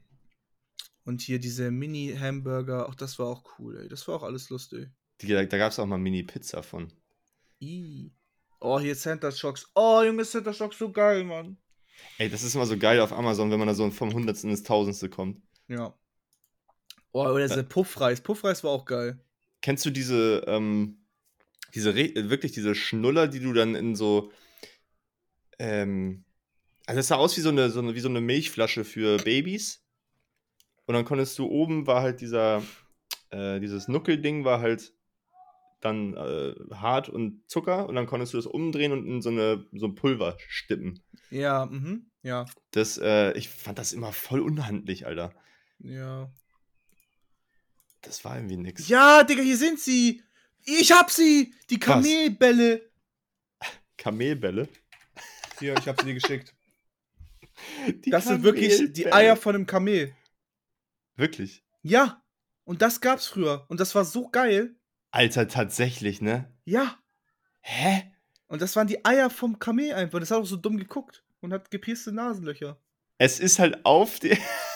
Speaker 1: Und hier diese Mini-Hamburger, auch das war auch cool, ey. Das war auch alles lustig.
Speaker 2: Die, da da gab es auch mal Mini-Pizza von.
Speaker 1: I. Oh, hier Center Shocks. Oh, Junge, Center Shocks, so geil, Mann.
Speaker 2: Ey, das ist immer so geil auf Amazon, wenn man da so vom Hundertsten ins Tausendste kommt.
Speaker 1: Ja. Oh, oder dieser Puffreis. Puffreis war auch geil.
Speaker 2: Kennst du diese, ähm, diese, Re wirklich diese Schnuller, die du dann in so, ähm, also es sah aus wie so eine, so eine, wie so eine Milchflasche für Babys. Und dann konntest du, oben war halt dieser, äh, dieses Nuckelding war halt dann äh, hart und Zucker. Und dann konntest du das umdrehen und in so eine, so ein Pulver stippen.
Speaker 1: Ja, mhm, ja,
Speaker 2: Das, äh, ich fand das immer voll unhandlich, Alter.
Speaker 1: ja.
Speaker 2: Das war irgendwie nix.
Speaker 1: Ja, Digga, hier sind sie. Ich hab sie. Die Kamelbälle.
Speaker 2: Kamelbälle?
Speaker 1: Hier, ich hab sie dir geschickt.
Speaker 2: Die
Speaker 1: Das sind wirklich die
Speaker 2: Kamelbälle.
Speaker 1: Eier von einem Kamel.
Speaker 2: Wirklich?
Speaker 1: Ja. Und das gab's früher. Und das war so geil.
Speaker 2: Alter, tatsächlich, ne?
Speaker 1: Ja.
Speaker 2: Hä?
Speaker 1: Und das waren die Eier vom Kamel einfach. Das hat auch so dumm geguckt. Und hat gepierste Nasenlöcher.
Speaker 2: Es ist halt auf der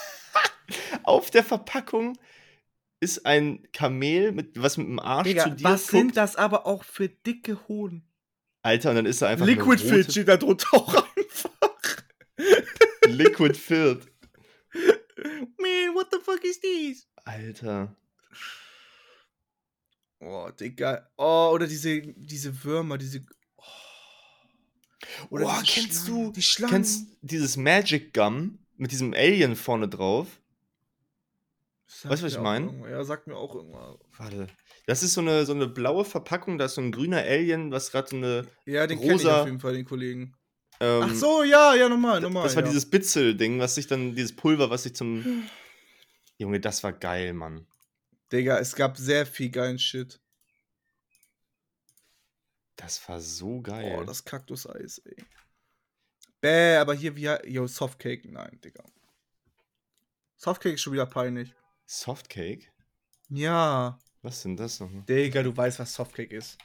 Speaker 2: auf der Verpackung ist ein Kamel, mit, was mit dem Arsch
Speaker 1: Digga,
Speaker 2: zu dir
Speaker 1: was
Speaker 2: guckt.
Speaker 1: sind das aber auch für dicke Hoden?
Speaker 2: Alter, und dann ist da einfach
Speaker 1: Liquid
Speaker 2: eine
Speaker 1: Fit
Speaker 2: rote
Speaker 1: steht da drunter auch einfach.
Speaker 2: Liquid Fit.
Speaker 1: Man, what the fuck is this?
Speaker 2: Alter.
Speaker 1: Oh, Digga. Oh, oder diese, diese Würmer, diese. Oh,
Speaker 2: Oder
Speaker 1: diese
Speaker 2: oh, kennst
Speaker 1: Schlangen,
Speaker 2: du
Speaker 1: die Schlangen.
Speaker 2: kennst dieses Magic Gum mit diesem Alien vorne drauf?
Speaker 1: Sagt
Speaker 2: Weißt du, was
Speaker 1: mir
Speaker 2: ich
Speaker 1: auch
Speaker 2: mein?
Speaker 1: irgendwas. Ja, sagt mir auch irgendwas.
Speaker 2: Warte. Das ist so eine, so eine blaue Verpackung, da ist so ein grüner Alien, was gerade so eine.
Speaker 1: Ja, den kenne ich
Speaker 2: Rosa-
Speaker 1: auf jeden Fall, den Kollegen.
Speaker 2: Ähm,
Speaker 1: Ach so, ja, ja, normal, normal.
Speaker 2: das war
Speaker 1: ja.
Speaker 2: dieses Bitzel-Ding, was sich dann, dieses Pulver, was sich zum. Junge, das war geil, Mann.
Speaker 1: Digga, es gab sehr viel geilen Shit.
Speaker 2: Das war so geil.
Speaker 1: Oh, das Kaktuseis, ey. Bäh, aber hier, wie. Yo, Softcake, nein, Digga. Softcake ist schon wieder peinlich.
Speaker 2: Softcake?
Speaker 1: Ja.
Speaker 2: Was sind das nochmal?
Speaker 1: Digga, du weißt, was Softcake ist.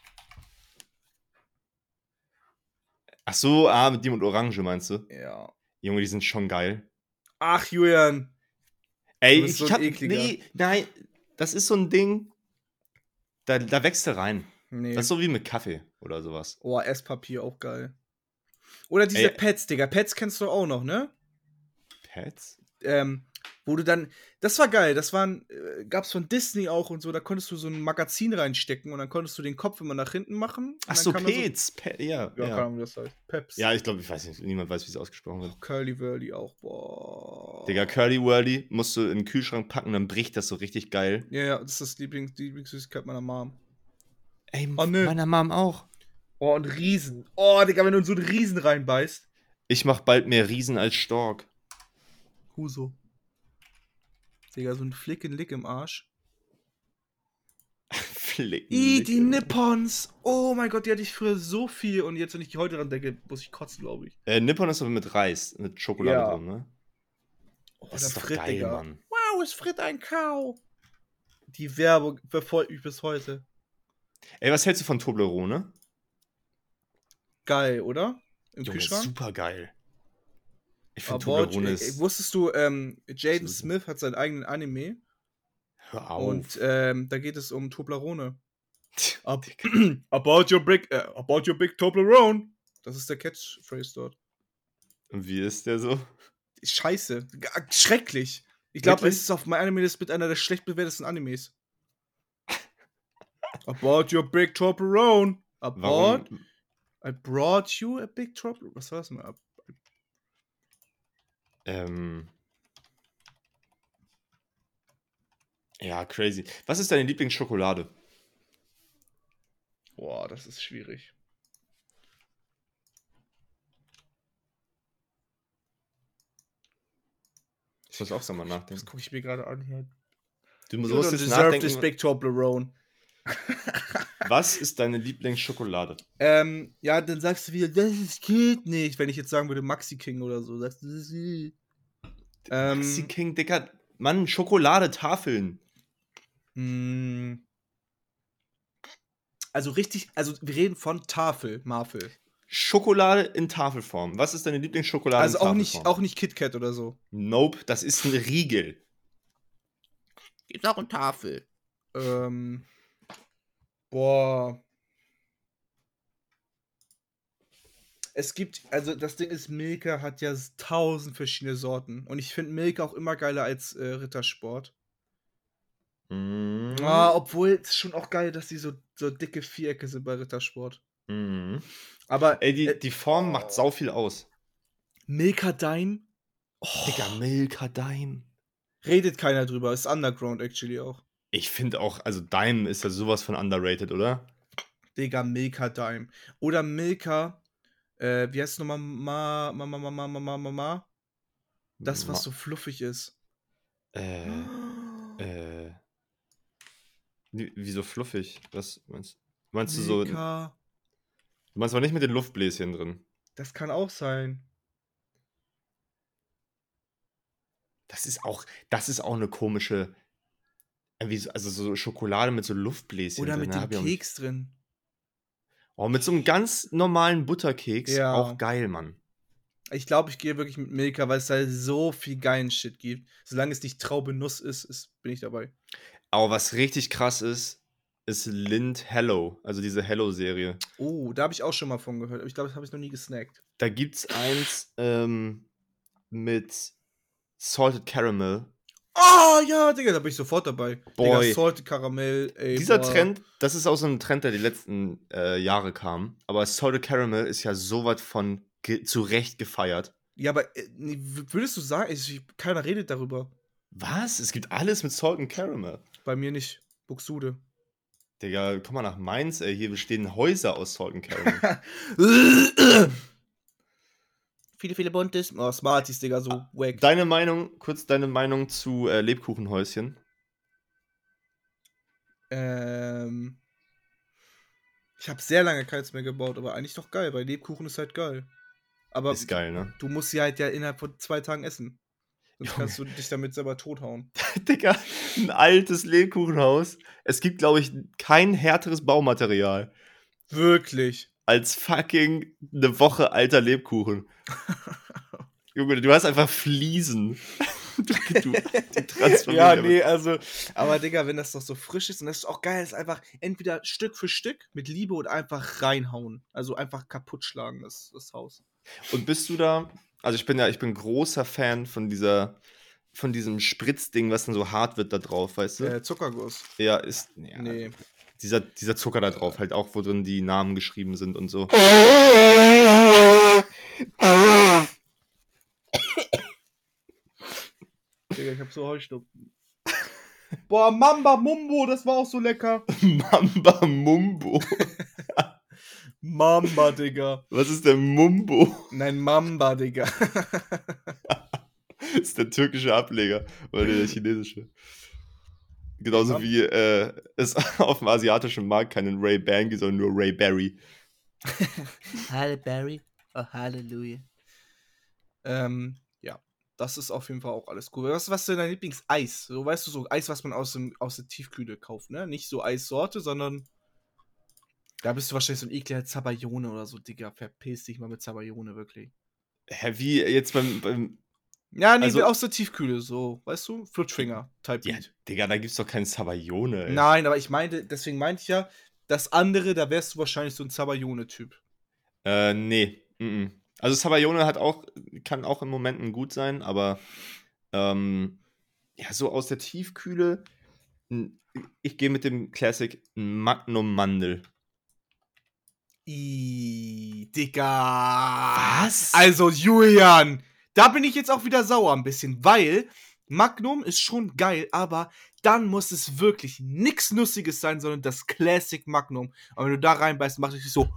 Speaker 2: Ach so, ah, mit dem und Orange meinst du?
Speaker 1: Ja.
Speaker 2: Junge, die sind schon geil.
Speaker 1: Ach, Julian.
Speaker 2: Ey,
Speaker 1: Du bist
Speaker 2: ich
Speaker 1: so ein
Speaker 2: hab.
Speaker 1: ekliger.
Speaker 2: Nee, nein, das ist so ein Ding. Da, da wächst du rein.
Speaker 1: Nee.
Speaker 2: Das ist so wie mit Kaffee oder sowas.
Speaker 1: Oh, Esspapier, auch geil. Oder diese
Speaker 2: Ey.
Speaker 1: Pets, Digga. Pets kennst du auch noch, ne?
Speaker 2: Pets?
Speaker 1: Ähm, wo Wo du dann, das war geil, das waren, äh, gab's von Disney auch und so, da konntest du so ein Magazin reinstecken und dann konntest du den Kopf immer nach hinten machen. Und
Speaker 2: Ach
Speaker 1: dann
Speaker 2: so,
Speaker 1: kam da so,
Speaker 2: Pets. Pe ja,
Speaker 1: ja, keine
Speaker 2: ja.
Speaker 1: Ahnung, wie das heißt. Peps.
Speaker 2: Ja, ich glaube, ich weiß nicht, niemand weiß, wie es ausgesprochen wird.
Speaker 1: Oh, Curly Wurly auch, boah.
Speaker 2: Digga, Curly Wurly musst du in den Kühlschrank packen, dann bricht das so richtig geil.
Speaker 1: Ja, ja, das ist das Lieblings die Lieblingssüßigkeit meiner Mom.
Speaker 2: Ey,
Speaker 1: Oh, nö.
Speaker 2: meiner Mom auch.
Speaker 1: Oh, ein Riesen. Oh, Digga, wenn du in so einen Riesen reinbeißt.
Speaker 2: Ich mach bald mehr Riesen als Stork.
Speaker 1: Huso. Digga, so ein Flicken-Lick im Arsch.
Speaker 2: Flicken.
Speaker 1: Ih, die Nippons. Oh mein Gott, die hatte ich früher so viel. Und jetzt, wenn ich heute dran denke, muss ich kotzen, glaube ich.
Speaker 2: Äh, Nippon ist aber mit Reis, mit Schokolade
Speaker 1: Ja.
Speaker 2: drin, ne?
Speaker 1: Oh,
Speaker 2: Das
Speaker 1: der
Speaker 2: ist doch
Speaker 1: Fritt,
Speaker 2: geil,
Speaker 1: Digga.
Speaker 2: Mann.
Speaker 1: Wow, es fritt ein Kau. Die Werbung verfolgt mich bis heute.
Speaker 2: Ey, was hältst du von Toblerone?
Speaker 1: Geil, oder? Im
Speaker 2: Junge,
Speaker 1: Kühlschrank.
Speaker 2: super geil. Ich finde
Speaker 1: Aber
Speaker 2: Toblerone
Speaker 1: ey,
Speaker 2: ist...
Speaker 1: wusstest du, ähm, Jaden
Speaker 2: Super.
Speaker 1: Smith hat seinen eigenen Anime.
Speaker 2: Hör auf.
Speaker 1: Und ähm, da geht es um Toblerone. Ab
Speaker 2: Digga.
Speaker 1: about your big, äh, about your big Toblerone. Das ist der Catchphrase dort.
Speaker 2: Und wie ist der so?
Speaker 1: Scheiße. G- Schrecklich. Ich glaube,
Speaker 2: Wirklich?
Speaker 1: es ist auf meinem Anime das mit einer der schlecht bewertesten Animes. About your big Toblerone. About.
Speaker 2: Warum?
Speaker 1: I brought you a big Toblerone. Was war das mal?
Speaker 2: Ähm... Ja, crazy. Was ist deine Lieblingsschokolade?
Speaker 1: Boah, das ist schwierig.
Speaker 2: Ich muss auch so mal
Speaker 1: Das
Speaker 2: nachdenken.
Speaker 1: gucke ich mir gerade an hier.
Speaker 2: Du
Speaker 1: You
Speaker 2: musst
Speaker 1: don't
Speaker 2: jetzt
Speaker 1: deserve this
Speaker 2: nachdenken,
Speaker 1: big Toblerone.
Speaker 2: was ist deine Lieblingsschokolade?
Speaker 1: Ähm, ja, dann sagst du wieder, das ist geht nicht. Wenn ich jetzt sagen würde Maxi King oder so, sagst du, das ist geht. Ähm,
Speaker 2: Maxi King, Dicker. Mann, Schokoladetafeln.
Speaker 1: mh, also richtig, also wir reden von Tafel, Marfel.
Speaker 2: Schokolade in Tafelform. Was ist deine Lieblingsschokolade
Speaker 1: Also
Speaker 2: in
Speaker 1: auch nicht,
Speaker 2: Tafelform?
Speaker 1: auch nicht KitKat oder so.
Speaker 2: Nope, das ist ein Riegel.
Speaker 1: Gibt's auch in Tafel. Ähm, boah. Es gibt, also das Ding ist, Milka hat ja tausend verschiedene Sorten. Und ich finde Milka auch immer geiler als äh, Rittersport.
Speaker 2: Mhm.
Speaker 1: Ah, obwohl es ist schon auch geil, dass die so, so dicke Vierecke sind bei Rittersport.
Speaker 2: Mhm.
Speaker 1: Aber
Speaker 2: Ey, die,
Speaker 1: äh,
Speaker 2: die Form macht sau viel aus.
Speaker 1: Milka Dime? Oh,
Speaker 2: Digga, Milka Dime.
Speaker 1: redet keiner drüber. Ist Underground actually auch.
Speaker 2: Ich finde auch, also Dime ist ja sowas von underrated, oder?
Speaker 1: Digga, Milka Dime. Oder Milka, äh, wie heißt es nochmal? Ma, ma, ma, ma, ma, ma, ma, ma, ma. Das, was
Speaker 2: Ma-
Speaker 1: so fluffig ist.
Speaker 2: Äh, äh. wie- Wieso fluffig? Was meinst du? Meinst du so. Du
Speaker 1: Milka.
Speaker 2: meinst aber nicht mit den Luftbläschen drin.
Speaker 1: Das kann auch sein.
Speaker 2: Das ist auch, das ist auch eine komische. irgendwie so- Also so Schokolade mit so Luftbläschen
Speaker 1: Oder
Speaker 2: drin.
Speaker 1: mit
Speaker 2: da
Speaker 1: dem
Speaker 2: hab ich auch nicht-
Speaker 1: Keks drin.
Speaker 2: Oh, mit so einem ganz normalen Butterkeks.
Speaker 1: Ja.
Speaker 2: Auch geil, Mann.
Speaker 1: Ich glaube, ich gehe wirklich mit Milka, weil es da so viel geilen Shit gibt. Solange es nicht Traube Nuss ist, ist bin ich dabei.
Speaker 2: Aber was richtig krass ist, ist Lind Hello. Also diese Hello-Serie.
Speaker 1: Oh, da habe ich auch schon mal von gehört. Aber ich glaube, das habe ich noch nie gesnackt.
Speaker 2: Da gibt's eins ähm, mit Salted Caramel.
Speaker 1: Oh, ja, Digga, da bin ich sofort dabei.
Speaker 2: Boy.
Speaker 1: Digga, Salted Karamell, ey.
Speaker 2: Dieser
Speaker 1: boah.
Speaker 2: Trend, das ist auch so ein Trend, der die letzten äh, Jahre kam. Aber Salted Caramel ist ja so was von ge zu Recht gefeiert.
Speaker 1: Ja, aber äh, nee, w- würdest du sagen, ich, keiner redet darüber.
Speaker 2: Was? Es gibt alles mit Salted Caramel.
Speaker 1: Bei mir nicht. Buxude.
Speaker 2: Digga, komm mal nach Mainz, ey. Hier bestehen Häuser aus Salted Caramel.
Speaker 1: viele, viele Buntes. Oh, Smarties, Digga, so wack.
Speaker 2: Deine Meinung, kurz deine Meinung zu äh, Lebkuchenhäuschen.
Speaker 1: Ähm. Ich habe sehr lange keins mehr gebaut, aber eigentlich doch geil, weil Lebkuchen ist halt geil. Aber
Speaker 2: Ist geil, ne?
Speaker 1: du musst sie halt ja innerhalb von zwei Tagen essen. Sonst
Speaker 2: Junge.
Speaker 1: kannst du dich damit selber tothauen.
Speaker 2: Digga, ein altes Lebkuchenhaus. Es gibt, glaube ich, kein härteres Baumaterial
Speaker 1: Wirklich.
Speaker 2: als fucking eine Woche alter Lebkuchen. Junge, du hast einfach Fliesen. du, du, die transformieren
Speaker 1: Ja,
Speaker 2: aber-
Speaker 1: nee, also, aber Digga, wenn das doch so frisch ist und das ist auch geil, ist einfach entweder Stück für Stück mit Liebe oder einfach reinhauen. Also einfach kaputt schlagen, das, das Haus.
Speaker 2: Und bist du da? Also ich bin ja, ich bin großer Fan von dieser von diesem Spritzding, was dann so hart wird da drauf, weißt du?
Speaker 1: Äh, Zuckerguss.
Speaker 2: Ja, ist. Ja,
Speaker 1: Nee.
Speaker 2: Dieser, dieser Zucker da drauf, halt auch, wo drin die Namen geschrieben sind und so.
Speaker 1: Digga, ich hab so Heuschnupfen. Boah, Mamba Mumbo, das war auch so lecker.
Speaker 2: Mamba Mumbo.
Speaker 1: Mamba, Digga.
Speaker 2: Was ist der Mumbo?
Speaker 1: Nein, Mamba, Digga.
Speaker 2: Das ist der türkische Ableger oder der chinesische. Genauso
Speaker 1: Ja.
Speaker 2: wie äh, es auf dem asiatischen Markt keinen Ray Ban gibt, sondern nur Ray Berry.
Speaker 1: Halle Berry. Oh, Halleluja. Ähm, ja. Das ist auf jeden Fall auch alles cool. Was, was ist denn dein Lieblingseis? So, weißt du, so Eis, was man aus, dem, aus der Tiefkühle kauft, ne? Nicht so Eissorte, sondern da bist du wahrscheinlich so ein ekliger Zabayone oder so, Digga. Verpiss dich mal mit Zabayone, wirklich.
Speaker 2: Hä, wie jetzt beim, beim
Speaker 1: Ja, nee,
Speaker 2: Also-
Speaker 1: aus der Tiefkühle, so, weißt du? Flutschfinger-Type
Speaker 2: ja,
Speaker 1: Beat.
Speaker 2: Digga, da gibt's doch keinen Sabayone, ey.
Speaker 1: Nein, aber ich meinte, deswegen meinte ich ja, das andere, da wärst du wahrscheinlich so ein Zabayone-Typ.
Speaker 2: Äh, nee. Mm-mm. Also Sabayone hat auch, kann auch in Momenten gut sein, aber ähm, ja, so aus der Tiefkühle, n- ich gehe mit dem Classic Magnum Mandel.
Speaker 1: Ih, Digga.
Speaker 2: Was?
Speaker 1: Also, Julian, da bin ich jetzt auch wieder sauer ein bisschen, weil Magnum ist schon geil, aber dann muss es wirklich nichts Nussiges sein, sondern das Classic Magnum. Und wenn du da reinbeißt, macht es sich so.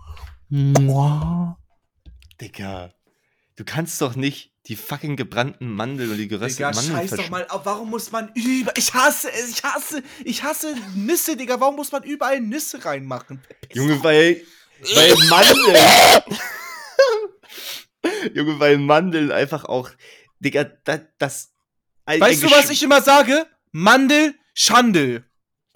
Speaker 2: Digga, du kannst doch nicht die fucking gebrannten Mandeln und die gerösteten
Speaker 1: Digga,
Speaker 2: Mandeln
Speaker 1: scheiß doch
Speaker 2: versch-
Speaker 1: mal auf, warum muss man über. Ich hasse es, ich hasse, ich hasse Nüsse, Digga, warum muss man überall Nüsse reinmachen? Verpiss
Speaker 2: Junge,
Speaker 1: doch.
Speaker 2: weil, weil Mandeln. Junge, weil Mandeln einfach auch, Digga, das, das ein-
Speaker 1: Weißt
Speaker 2: ein
Speaker 1: du, was
Speaker 2: Gesch-
Speaker 1: ich immer sage? Mandel, Schandel.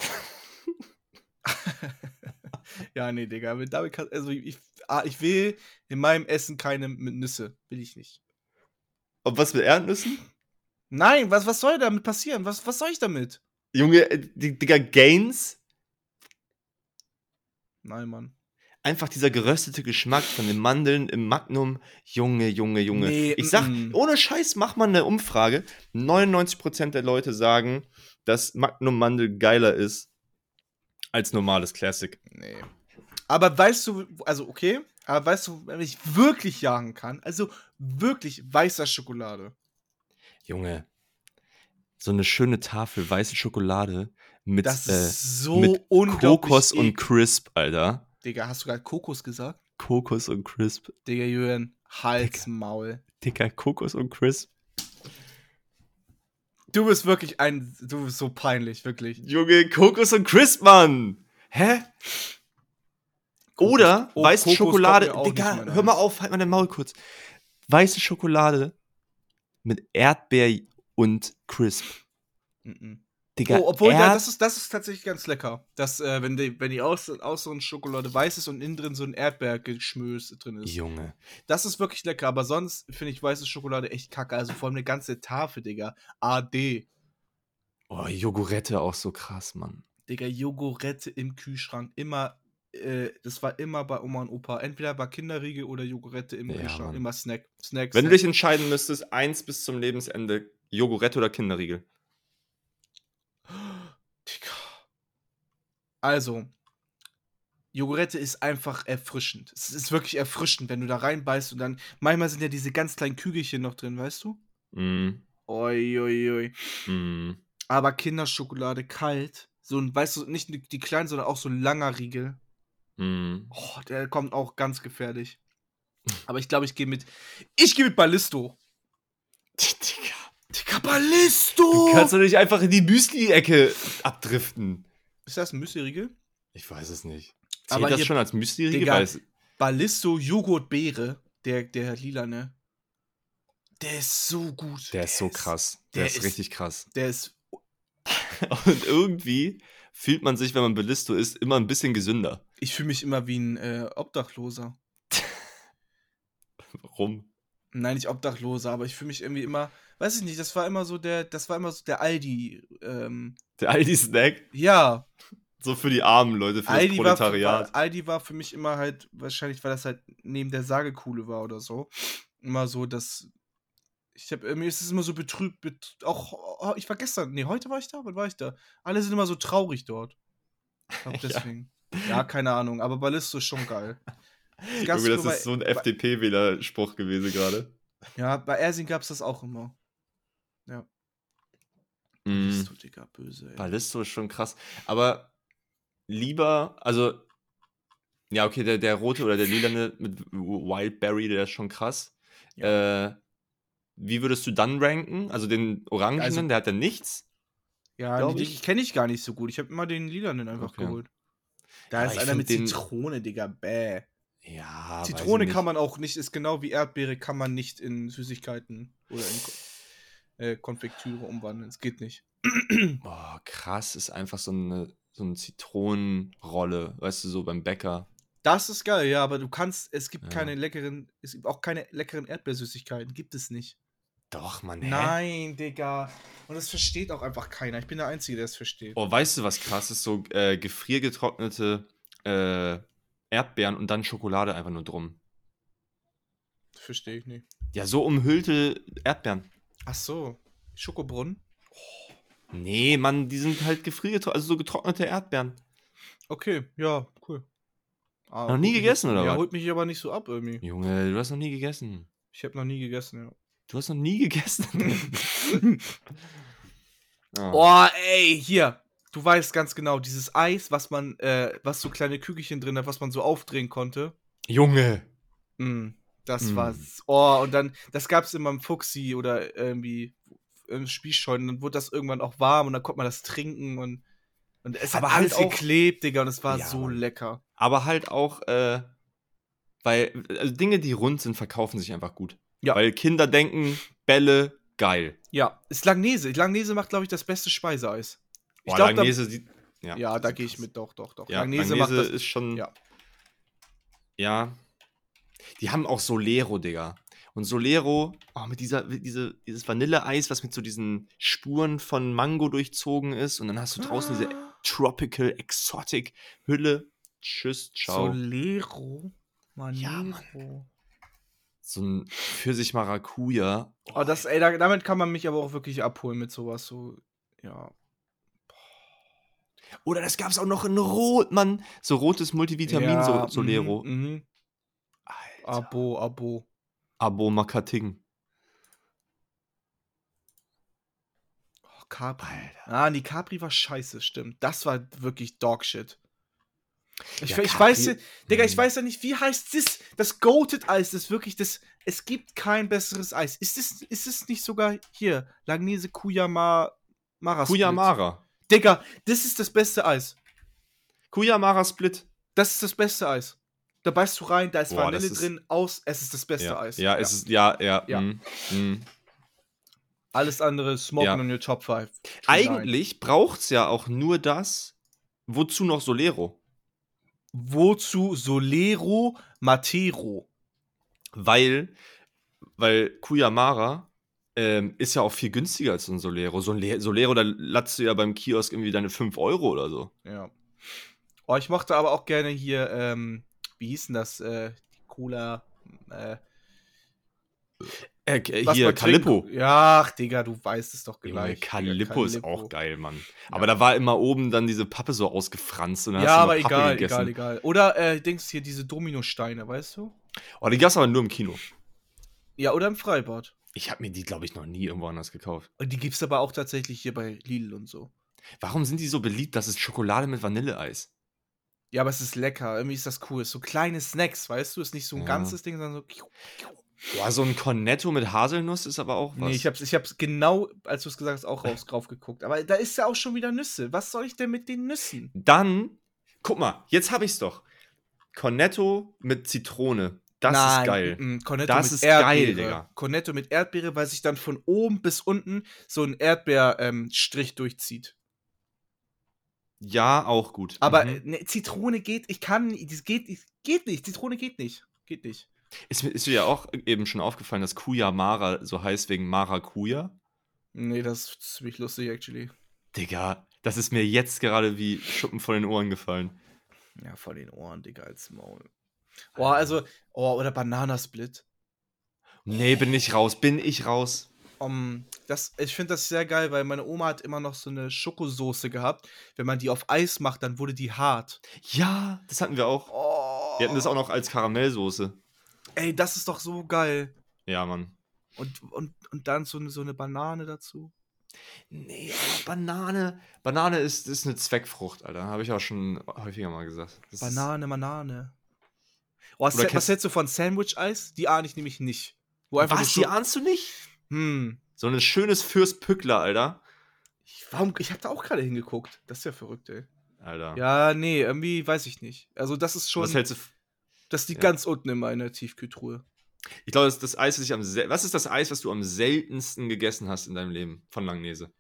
Speaker 1: Ja, nee, Digga, mit- damit kann, also ich, ah, ich will in meinem Essen keine mit Nüsse. Will ich nicht.
Speaker 2: Und was mit Erdnüssen?
Speaker 1: Nein, was, was soll damit passieren? Was, was soll ich damit?
Speaker 2: Junge, äh, die- Digga, Gains,
Speaker 1: Nein, Mann.
Speaker 2: einfach dieser geröstete Geschmack von den Mandeln im Magnum. Junge, Junge, Junge.
Speaker 1: Nee,
Speaker 2: ich sag,
Speaker 1: mm-mm.
Speaker 2: ohne Scheiß, mach mal eine Umfrage. neunundneunzig Prozent der Leute sagen, dass Magnum Mandel geiler ist als normales Classic.
Speaker 1: Nee. Aber weißt du, also okay, aber weißt du, wenn ich wirklich jagen kann, also wirklich weißer Schokolade.
Speaker 2: Junge, so eine schöne Tafel weiße Schokolade mit,
Speaker 1: Das
Speaker 2: äh,
Speaker 1: ist so
Speaker 2: mit
Speaker 1: unglaublich
Speaker 2: Kokos und
Speaker 1: eklig.
Speaker 2: Crisp, Alter.
Speaker 1: Digga, hast du gerade Kokos gesagt?
Speaker 2: Kokos und Crisp.
Speaker 1: Digga, Julian, Hals,
Speaker 2: Digga.
Speaker 1: Maul.
Speaker 2: Dicker Kokos und Crisp.
Speaker 1: Du bist wirklich ein, du bist so peinlich, wirklich.
Speaker 2: Junge, Kokos und Crisp, Mann. Hä? Oder
Speaker 1: oh,
Speaker 2: weiße
Speaker 1: Kokos
Speaker 2: Schokolade.
Speaker 1: kommt mir auch nicht
Speaker 2: Digga,
Speaker 1: in mein
Speaker 2: hör mal
Speaker 1: Eis.
Speaker 2: auf, halt mal dein Maul kurz. Weiße Schokolade mit Erdbeer und Crisp.
Speaker 1: Mhm.
Speaker 2: Digga,
Speaker 1: Oh, obwohl, ja,
Speaker 2: Erd-
Speaker 1: das ist, das ist tatsächlich ganz lecker. Das, äh, wenn die, wenn die außen, außen Schokolade weiß ist und innen drin so ein Erdbeergeschmös drin ist.
Speaker 2: Junge.
Speaker 1: Das ist wirklich lecker, aber sonst finde ich weiße Schokolade echt kacke. Also vor allem eine ganze Tafel, Digga. A D.
Speaker 2: Oh, Jogurette auch so krass, Mann.
Speaker 1: Digga, Jogurette im Kühlschrank. Immer, äh, das war immer bei Oma und Opa. Entweder bei Kinderriegel oder Jogurette im
Speaker 2: Ja,
Speaker 1: Kühlschrank.
Speaker 2: Mann.
Speaker 1: Immer Snack. Snack,
Speaker 2: Wenn du
Speaker 1: Snack.
Speaker 2: dich entscheiden müsstest, eins bis zum Lebensende, Jogurette oder Kinderriegel?
Speaker 1: Digga. Also, Jogurette ist einfach erfrischend. Es ist wirklich erfrischend, wenn du da reinbeißt und dann. Manchmal sind ja diese ganz kleinen Kügelchen noch drin, weißt du?
Speaker 2: Mm,
Speaker 1: Oi, oi, oi.
Speaker 2: mm.
Speaker 1: Aber Kinderschokolade kalt. So ein, weißt du, nicht die die kleinen, sondern auch so ein langer Riegel.
Speaker 2: Mm.
Speaker 1: Oh, der kommt auch ganz gefährlich. Aber ich glaube, ich gehe mit. Ich gehe mit Ballisto.
Speaker 2: Digga.
Speaker 1: Digga, Ballisto!
Speaker 2: Du kannst doch nicht einfach in die Müsli-Ecke abdriften.
Speaker 1: Ist das ein Müsli-Riegel?
Speaker 2: Ich weiß es nicht. Zählt
Speaker 1: Aber
Speaker 2: das
Speaker 1: hier-
Speaker 2: schon als Müsli-Riegel?
Speaker 1: Digga.
Speaker 2: Weil es-
Speaker 1: Ballisto Joghurt-Beere. Der, der lilane. Der ist so gut.
Speaker 2: Der ist so krass. Der,
Speaker 1: der
Speaker 2: ist
Speaker 1: ist-
Speaker 2: richtig krass.
Speaker 1: Der ist.
Speaker 2: Und irgendwie fühlt man sich, wenn man Bellisto isst, immer ein bisschen gesünder.
Speaker 1: Ich fühle mich immer wie ein äh, Obdachloser.
Speaker 2: Warum?
Speaker 1: Nein, nicht Obdachloser, aber ich fühle mich irgendwie immer. Weiß ich nicht, das war immer so der. Das war immer so der Aldi. Ähm,
Speaker 2: Der Aldi-Snack,
Speaker 1: ja.
Speaker 2: so für die armen Leute, für
Speaker 1: Aldi
Speaker 2: das
Speaker 1: war,
Speaker 2: Proletariat.
Speaker 1: war, Aldi war für mich immer halt, wahrscheinlich, weil das halt neben der Sagekuhle war oder so, immer so das, Ich hab, mir ist es immer so betrübt, bet auch oh, ich war gestern, nee, heute war ich da? Wann war ich da? Alle sind immer so traurig dort. Ich glaube
Speaker 2: Ja.
Speaker 1: deswegen. Ja, keine Ahnung, aber Ballisto ist schon geil. Das gab's
Speaker 2: Junge, das
Speaker 1: früher
Speaker 2: ist
Speaker 1: bei,
Speaker 2: so ein
Speaker 1: bei
Speaker 2: F D P-Wähler-Spruch gewesen gerade.
Speaker 1: ja, bei Ersing gab's das auch immer. Ja.
Speaker 2: Mm,
Speaker 1: Ballisto, Digga, böse, ey.
Speaker 2: Ballisto ist schon krass. Aber lieber, also, ja, okay, der, der rote oder der lilane mit Wildberry, der ist schon krass.
Speaker 1: Ja.
Speaker 2: Äh, wie würdest du dann ranken? Also den orangenen,
Speaker 1: Also,
Speaker 2: der hat ja nichts,
Speaker 1: ja,
Speaker 2: glaube
Speaker 1: die
Speaker 2: ich.
Speaker 1: kenne ich gar nicht so gut. Ich habe immer den lilanen einfach
Speaker 2: Okay.
Speaker 1: geholt.
Speaker 2: Ja,
Speaker 1: Da
Speaker 2: aber
Speaker 1: ist
Speaker 2: ich
Speaker 1: einer
Speaker 2: find
Speaker 1: mit
Speaker 2: den-
Speaker 1: Zitrone, Digga, bäh.
Speaker 2: Ja,
Speaker 1: Zitrone
Speaker 2: weiß ich
Speaker 1: kann
Speaker 2: nicht.
Speaker 1: man auch nicht, ist genau wie Erdbeere, kann man nicht in Süßigkeiten oder in Ko- äh, Konfektüre umwandeln. Es geht nicht.
Speaker 2: Boah, krass, ist einfach so eine, so eine Zitronenrolle, weißt du, so beim Bäcker.
Speaker 1: Das ist geil, ja, aber du kannst, es gibt
Speaker 2: Ja.
Speaker 1: keine leckeren, es gibt auch keine leckeren Erdbeersüßigkeiten, gibt es nicht.
Speaker 2: Doch, Mann, hä?
Speaker 1: Nein, Digga. Und das versteht auch einfach keiner. Ich bin der Einzige, der es versteht.
Speaker 2: Oh, weißt du, was krass ist? So äh, gefriergetrocknete äh, Erdbeeren und dann Schokolade einfach nur drum.
Speaker 1: Verstehe ich nicht.
Speaker 2: Ja, so umhüllte Erdbeeren.
Speaker 1: Ach so. Schokobrunnen?
Speaker 2: Nee, Mann, die sind halt gefriergetrocknet, also so getrocknete Erdbeeren.
Speaker 1: Okay, ja, cool. Ah,
Speaker 2: Noch
Speaker 1: holt
Speaker 2: nie
Speaker 1: mich
Speaker 2: gegessen,
Speaker 1: jetzt,
Speaker 2: oder
Speaker 1: ja,
Speaker 2: was?
Speaker 1: holt mich aber nicht so ab irgendwie.
Speaker 2: Junge, du hast noch nie gegessen.
Speaker 1: Ich habe noch nie gegessen, ja.
Speaker 2: Du hast noch nie gegessen. Oh.
Speaker 1: Oh, ey, hier. Du weißt ganz genau, dieses Eis, was man, äh, was so kleine Kügelchen drin hat, was man so aufdrehen konnte.
Speaker 2: Junge.
Speaker 1: Mm, das
Speaker 2: Mm.
Speaker 1: war's. Oh, und dann, das gab's immer im Fuchsi oder irgendwie im Spielscheunen. Dann wurde das irgendwann auch warm und dann konnte man das trinken und, und es
Speaker 2: Aber
Speaker 1: hat alles
Speaker 2: halt auch-
Speaker 1: geklebt, Digga, und es war
Speaker 2: Ja,
Speaker 1: so
Speaker 2: Mann.
Speaker 1: lecker.
Speaker 2: Aber halt auch, äh, weil also Dinge, die rund sind, verkaufen sich einfach gut.
Speaker 1: Ja.
Speaker 2: Weil Kinder denken, Bälle, geil.
Speaker 1: Ja, ist Langnese. Langnese macht, glaube ich, das beste Speiseeis. Ich
Speaker 2: Boah,
Speaker 1: glaube, da,
Speaker 2: Langnese sieht. Ja,
Speaker 1: ja, da
Speaker 2: sieht
Speaker 1: gehe ich
Speaker 2: krass.
Speaker 1: mit, doch, doch, doch.
Speaker 2: Ja,
Speaker 1: Langnese,
Speaker 2: Langnese,
Speaker 1: macht das.
Speaker 2: ist schon.
Speaker 1: Ja.
Speaker 2: Ja. Die haben auch Solero, Digga. Und Solero, oh, mit dieser, mit diese, dieses Vanilleeis, was mit so diesen Spuren von Mango durchzogen ist. Und dann hast du draußen diese Tropical Exotic Hülle. Tschüss, ciao.
Speaker 1: Solero? Manero.
Speaker 2: Ja, Mann. So ein Pfirsich-Maracuja.
Speaker 1: Oh, das, ey, da, damit kann man mich aber auch wirklich abholen mit sowas. So, ja.
Speaker 2: Oder das gab's auch noch in Rot, Mann. So rotes Multivitamin,
Speaker 1: ja,
Speaker 2: so, Solero.
Speaker 1: Mhm, mhm.
Speaker 2: Alter.
Speaker 1: Abo, Abo.
Speaker 2: Abo Makating.
Speaker 1: Oh, Capri.
Speaker 2: Alter.
Speaker 1: Ah, nee, Capri war scheiße, stimmt. Das war wirklich Dogshit. Ich,
Speaker 2: Ja,
Speaker 1: ich
Speaker 2: Capri-
Speaker 1: weiß ja, Digga, ich
Speaker 2: Hm.
Speaker 1: weiß ja nicht, wie heißt das? Das Goated Eis ist wirklich das. Es gibt kein besseres Eis. Ist es, ist es nicht sogar hier? Langnese Kuyama Mara Split?
Speaker 2: Kuyamara.
Speaker 1: Digga, das ist das beste Eis.
Speaker 2: Kuyamara Split.
Speaker 1: Das ist das beste Eis. Da beißt du rein, da ist
Speaker 2: Boah,
Speaker 1: Vanille
Speaker 2: das ist-
Speaker 1: drin, aus, es ist das beste
Speaker 2: Ja,
Speaker 1: Eis.
Speaker 2: ja, es ist, ja, ja.
Speaker 1: Ja.
Speaker 2: mm, mm.
Speaker 1: Alles andere smoking
Speaker 2: Ja.
Speaker 1: on your top five.
Speaker 2: Eigentlich braucht's ja auch nur das. Wozu noch Solero?
Speaker 1: Wozu Solero Matero?
Speaker 2: Weil, weil Kuyamara ähm, ist ja auch viel günstiger als so ein Solero. So ein Le Solero, da latzt du ja beim Kiosk irgendwie deine fünf Euro oder so.
Speaker 1: Ja. Oh, ich mochte aber auch gerne hier, ähm, wie hieß denn das? Äh, die Cola, äh,
Speaker 2: Äh, äh,
Speaker 1: was
Speaker 2: hier,
Speaker 1: man
Speaker 2: Calippo.
Speaker 1: trinken- Ja, ach, Digga, du weißt es doch
Speaker 2: Junge,
Speaker 1: gleich.
Speaker 2: Calippo ist
Speaker 1: Calippo.
Speaker 2: auch geil, Mann. Aber da war immer oben dann diese Pappe so ausgefranst und dann
Speaker 1: Ja,
Speaker 2: hast du
Speaker 1: aber
Speaker 2: immer Pappe
Speaker 1: egal,
Speaker 2: gegessen.
Speaker 1: egal, egal. Oder, äh, denkst hier diese Dominosteine, weißt du?
Speaker 2: Oh, die gab's aber nur im Kino.
Speaker 1: Ja, oder im Freibad.
Speaker 2: Ich habe mir die, glaube ich, noch nie irgendwo anders gekauft.
Speaker 1: Und die gibt's aber auch tatsächlich hier bei Lidl und so.
Speaker 2: Warum sind die so beliebt? Das ist Schokolade mit Vanilleeis.
Speaker 1: Ja, aber es ist lecker. Irgendwie ist das cool. So kleine Snacks, weißt du? Ist nicht so ein
Speaker 2: Ja.
Speaker 1: ganzes Ding, sondern so.
Speaker 2: Boah, so ein Cornetto mit Haselnuss ist aber auch was.
Speaker 1: Nee, ich hab's, ich hab's genau, als du es gesagt hast, auch raus, drauf geguckt. Aber da ist ja auch schon wieder Nüsse. Was soll ich denn mit den Nüssen?
Speaker 2: Dann, guck mal, jetzt habe ich's doch. Cornetto mit Zitrone. Das ist geil.
Speaker 1: m -m, Cornetto
Speaker 2: Das
Speaker 1: mit
Speaker 2: ist geil,
Speaker 1: Erdbeere.
Speaker 2: Digga.
Speaker 1: Cornetto mit Erdbeere, weil sich dann von oben bis unten so ein Erdbeerstrich durchzieht.
Speaker 2: Ja, auch gut.
Speaker 1: Aber
Speaker 2: Mhm.
Speaker 1: ne, Zitrone geht, ich kann, das geht, geht nicht. Zitrone geht nicht. Geht nicht.
Speaker 2: Ist, mir- ist dir ja auch eben schon aufgefallen, dass Kuyamara so heißt wegen Maracuja?
Speaker 1: Nee, das ist ziemlich lustig, actually.
Speaker 2: Digga, das ist mir jetzt gerade wie Schuppen von den Ohren gefallen.
Speaker 1: Ja, vor den Ohren, Digga, als Maul. Oh, also, oh, oder Bananasplit.
Speaker 2: Nee, bin ich raus, bin ich raus.
Speaker 1: Um, das, ich finde das sehr geil, weil meine Oma hat immer noch so eine Schokosoße gehabt. Wenn man die auf Eis macht, dann wurde die hart.
Speaker 2: Ja, das hatten wir auch.
Speaker 1: Oh,
Speaker 2: Wir hatten das auch noch als Karamellsoße.
Speaker 1: ey, das ist doch so geil.
Speaker 2: Ja, Mann.
Speaker 1: Und, und, und dann so eine, so eine Banane dazu.
Speaker 2: Nee, aber Banane. Banane ist, ist eine Zweckfrucht, Alter. Habe ich auch schon häufiger mal gesagt. Das
Speaker 1: Banane, Banane. Oh, was,
Speaker 2: Oder
Speaker 1: was
Speaker 2: kennst-
Speaker 1: hältst du von Sandwich-Eis? Die ahne ich nämlich nicht. Wo
Speaker 2: Ist,
Speaker 1: einfach
Speaker 2: was,
Speaker 1: nur
Speaker 2: die
Speaker 1: Scho-
Speaker 2: ahnst du nicht?
Speaker 1: Hm.
Speaker 2: So ein schönes Fürst Pückler, Alter.
Speaker 1: Ich, warum, ich habe da auch gerade hingeguckt. Das ist ja verrückt, ey.
Speaker 2: Alter.
Speaker 1: Ja, nee, irgendwie weiß ich nicht. Also das ist schon,
Speaker 2: Was hältst du... f-
Speaker 1: das liegt
Speaker 2: ja.
Speaker 1: ganz unten in meiner Tiefkühltruhe.
Speaker 2: Ich glaube, das, das Eis, das ich am sel- Was ist das Eis, was du am seltensten gegessen hast in deinem Leben von Langnese?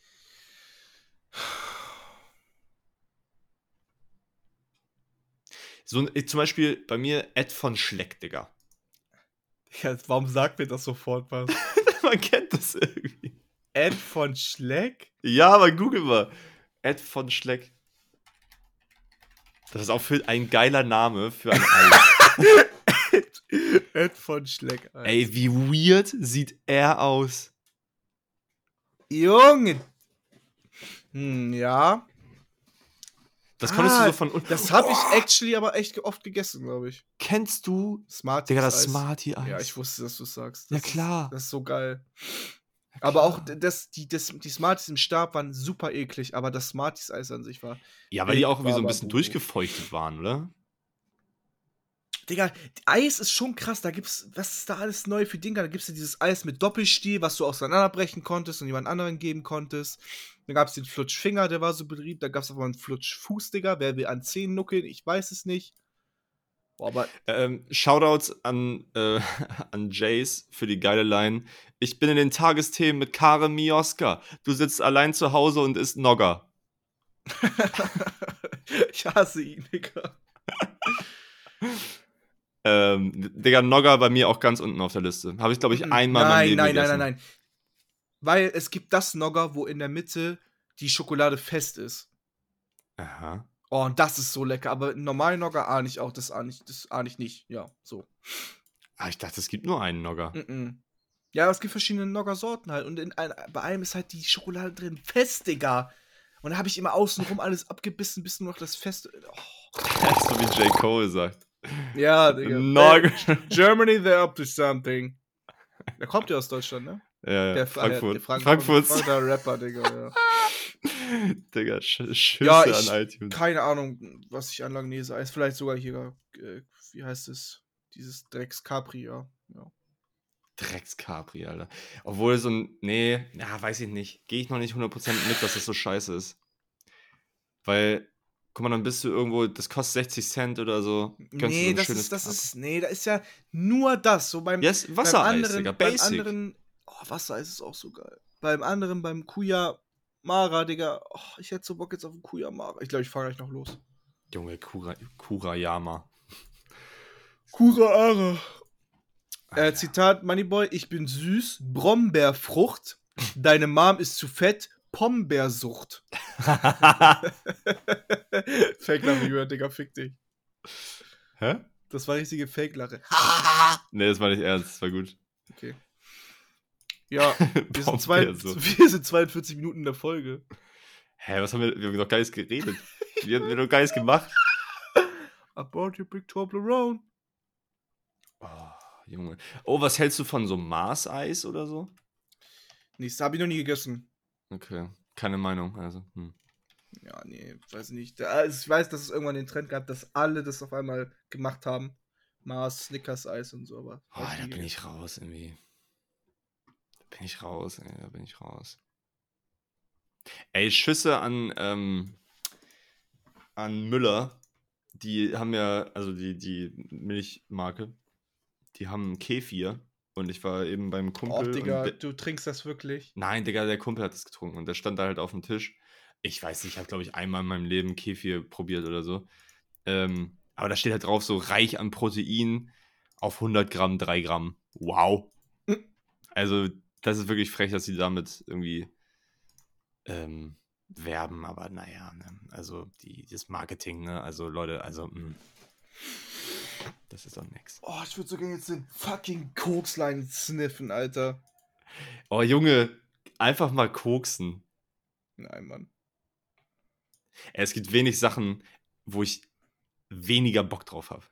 Speaker 2: So ein, äh, zum Beispiel bei mir Ed von Schleck, Digga.
Speaker 1: Ja, warum sagt mir das sofort was?
Speaker 2: Man kennt das irgendwie.
Speaker 1: Ed von Schleck?
Speaker 2: Ja, aber google mal. Ed von Schleck. Das ist auch für ein geiler Name für ein Eis.
Speaker 1: Ed, Ed von Schleck. Alter.
Speaker 2: Ey, wie weird sieht er aus?
Speaker 1: Junge. Hm, ja.
Speaker 2: Das konntest
Speaker 1: Ah,
Speaker 2: du so von unten.
Speaker 1: Das habe ich actually aber echt oft gegessen, glaube ich.
Speaker 2: Kennst du?
Speaker 1: Smarties
Speaker 2: Digga, das
Speaker 1: Eis.
Speaker 2: Smarty-Eis.
Speaker 1: Ja, ich wusste, dass du es sagst.
Speaker 2: Ja,
Speaker 1: Das
Speaker 2: klar.
Speaker 1: Ist, das ist so geil.
Speaker 2: Ja,
Speaker 1: Aber auch
Speaker 2: klar.
Speaker 1: das, die, das, die Smarties im Stab waren super eklig, aber das Smarties-Eis an sich war.
Speaker 2: Ja, weil die auch irgendwie so ein
Speaker 1: Baba
Speaker 2: bisschen
Speaker 1: Bubu.
Speaker 2: durchgefeuchtet waren, oder?
Speaker 1: Digga, Eis ist schon krass. Da gibt's, was ist da alles neu für Dinger? Da gibt's ja dieses Eis mit Doppelstiel, was du auseinanderbrechen konntest und jemand anderen geben konntest. Dann gab's den Flutschfinger, der war so beliebt. Da gab's aber einen Flutschfuß, Digga. Wer will an Zehen nuckeln? Ich weiß es nicht. Boah, aber
Speaker 2: Ähm, Shoutouts an, äh, an Jace für die geile Line. Ich bin in den Tagesthemen mit Kare Mioska. Du sitzt allein zu Hause und isst Nogger.
Speaker 1: ich hasse ihn, Digga.
Speaker 2: Ähm, Digga, Nogger bei mir auch ganz unten auf der Liste. Habe ich, glaube ich, einmal in meinem
Speaker 1: nein,
Speaker 2: Leben
Speaker 1: nein, nein,
Speaker 2: gegessen.
Speaker 1: nein, nein. Weil es gibt das Nogger, wo in der Mitte die Schokolade fest ist.
Speaker 2: Aha.
Speaker 1: Oh, und das ist so lecker. Aber einen normalen Nogger ahne ich auch. Das ahne ich, das ahne ich nicht. Ja, so.
Speaker 2: Ah, ich dachte, es gibt nur einen Nogger.
Speaker 1: Mm-mm. Ja, es gibt verschiedene Nogger-Sorten halt. Und in ein, bei einem ist halt die Schokolade drin fest, Digga. Und da habe ich immer außenrum alles abgebissen, bis nur noch das Feste. Oh.
Speaker 2: so wie J. Cole sagt.
Speaker 1: Ja, Digga.
Speaker 2: Nogger.
Speaker 1: Germany, they're up to something. Der kommt ja aus Deutschland, ne?
Speaker 2: Ja, ja.
Speaker 1: Der
Speaker 2: Frankfurt.
Speaker 1: Der Frank
Speaker 2: Frankfurt.
Speaker 1: Frankfurter Rapper, Digga, ja.
Speaker 2: Digga, Sch Schüsse
Speaker 1: Ja, ich,
Speaker 2: an iTunes.
Speaker 1: keine Ahnung, was ich an Langnese ist. Vielleicht sogar hier, äh, wie heißt es? Dieses Drecks Capri, ja. ja.
Speaker 2: Drecks Capri, Alter. Obwohl so ein, nee, ja, weiß ich nicht. Gehe ich noch nicht hundert Prozent mit, dass das so scheiße ist. Weil, guck mal, dann bist du irgendwo, das kostet sechzig Cent oder so. Gönnst du
Speaker 1: Nee,
Speaker 2: so ein
Speaker 1: das
Speaker 2: schönes
Speaker 1: ist, das
Speaker 2: Capri.
Speaker 1: ist, nee, da ist ja nur das. So beim,
Speaker 2: Yes,
Speaker 1: beim
Speaker 2: Wassereis,
Speaker 1: anderen,
Speaker 2: Digga,
Speaker 1: beim
Speaker 2: basic.
Speaker 1: anderen, oh, Wassereis ist auch so geil. Beim anderen, beim Kuya Mara, Digga, oh, ich hätte so Bock jetzt auf einen Kuya Mara. Ich glaube, ich fahre gleich noch los.
Speaker 2: Junge, Kura, Kurayama.
Speaker 1: Kura Ara. Äh, Zitat Moneyboy, ich bin süß, Brombeerfrucht, deine Mom ist zu fett, Pombeersucht. Fake-Lache, Jürgen, Digga, fick dich.
Speaker 2: Hä?
Speaker 1: Das war richtige Fake-Lache.
Speaker 2: Nee, das war nicht ernst, das war gut.
Speaker 1: Okay. Ja, wir sind, zwei,
Speaker 2: Pombeersucht.
Speaker 1: wir sind zweiundvierzig Minuten in der Folge.
Speaker 2: Hä, was haben wir, wir haben doch gar nichts geredet. Wir haben doch gar nichts gemacht.
Speaker 1: I brought you big Toblerone.
Speaker 2: Oh, Junge. Oh, was hältst du von so Mars-Eis oder so?
Speaker 1: Nichts, habe ich noch nie gegessen.
Speaker 2: Okay, keine Meinung, also. Hm.
Speaker 1: Ja, nee, weiß nicht. Da- Ich weiß, dass es irgendwann den Trend gab, dass alle das auf einmal gemacht haben. Mars, Snickers-Eis und so, aber.
Speaker 2: Oh, da bin ich raus irgendwie. Da bin ich raus, ey, da bin ich raus. Ey, Schüsse an, ähm, an Müller, die haben ja, also die, die Milchmarke, die haben Kefir und ich war eben beim Kumpel.
Speaker 1: Oh, Digga,
Speaker 2: und
Speaker 1: du trinkst das wirklich?
Speaker 2: Nein, Digga, der Kumpel hat es getrunken und der stand da halt auf dem Tisch. Ich weiß nicht, ich habe, glaube ich, einmal in meinem Leben Kefir probiert oder so. Ähm, aber da steht halt drauf, so reich an Protein auf hundert Gramm, drei Gramm. Wow. Also, das ist wirklich frech, dass sie damit irgendwie ähm, werben, aber naja, ne? Also die, das Marketing, ne? Also Leute, also mh. Das ist doch nix.
Speaker 1: Oh, ich würde so gerne jetzt den fucking Kokslein sniffen, Alter.
Speaker 2: Oh, Junge, einfach mal koksen.
Speaker 1: Nein, Mann.
Speaker 2: Es gibt wenig Sachen, wo ich weniger Bock drauf habe.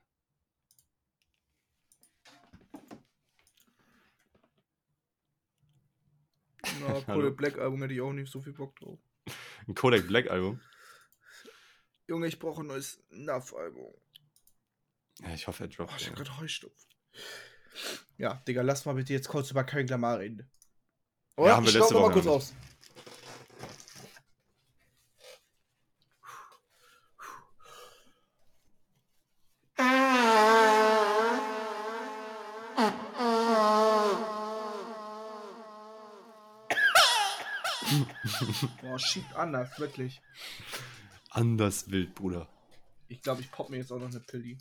Speaker 1: Na, Kodak Black Album hätte ich auch nicht so viel Bock drauf.
Speaker 2: Ein Kodak Black Album?
Speaker 1: Junge, ich brauche ein neues N A F-Album.
Speaker 2: Ja, ich hoffe, er droppt.
Speaker 1: Oh, ich
Speaker 2: ja.
Speaker 1: hab grad Heuschnupfen. Ja, Digga, lass mal bitte jetzt kurz über Kendrick Lamar reden. Oder?
Speaker 2: Ja, haben wir
Speaker 1: ich
Speaker 2: letzte
Speaker 1: schau noch
Speaker 2: Woche
Speaker 1: mal kurz
Speaker 2: noch
Speaker 1: aus. Boah, schiebt anders, wirklich.
Speaker 2: Anders wild, Bruder.
Speaker 1: Ich glaube, ich pop mir jetzt auch noch eine Pilli.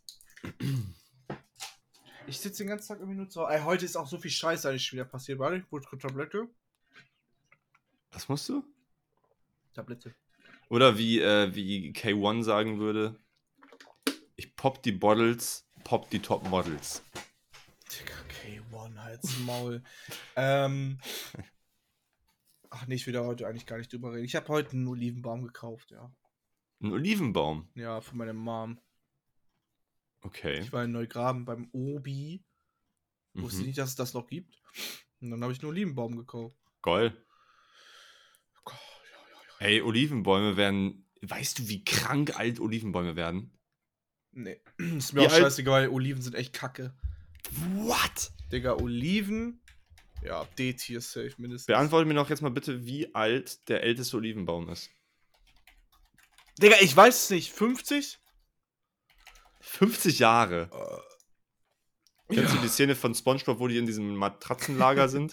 Speaker 1: Ich sitze den ganzen Tag irgendwie nur zu. Ey, heute ist auch so viel Scheiße eigentlich schon wieder passiert. Warte, ich wurde Tablette.
Speaker 2: Was musst du?
Speaker 1: Tablette.
Speaker 2: Oder wie, äh, wie K eins sagen würde, ich pop die Bottles, pop die Top Models.
Speaker 1: Digga, K eins, halt's Maul. ähm. Ach nee, ich will da heute eigentlich gar nicht drüber reden. Ich habe heute einen Olivenbaum gekauft, ja.
Speaker 2: Ein Olivenbaum?
Speaker 1: Ja, für meine Mom.
Speaker 2: Okay.
Speaker 1: Ich war in Neugraben beim Obi. Wusste
Speaker 2: Mhm.
Speaker 1: nicht, dass es das noch gibt. Und dann habe ich einen Olivenbaum gekauft.
Speaker 2: Geil.
Speaker 1: Oh, ja, ja, ja.
Speaker 2: Ey, Olivenbäume werden. Weißt du, wie krank alt Olivenbäume werden?
Speaker 1: Nee, ist mir
Speaker 2: Wie
Speaker 1: auch
Speaker 2: alt-
Speaker 1: scheißegal, Oliven sind echt kacke.
Speaker 2: What?
Speaker 1: Digga, Oliven. Ja, D-Tier safe mindestens.
Speaker 2: Beantworte mir doch jetzt mal bitte, wie alt der älteste Olivenbaum ist.
Speaker 1: Digga, ich weiß es nicht. fünfzig?
Speaker 2: fünfzig Jahre.
Speaker 1: Äh,
Speaker 2: Kennst
Speaker 1: ja.
Speaker 2: du die Szene von SpongeBob, wo die in diesem Matratzenlager sind?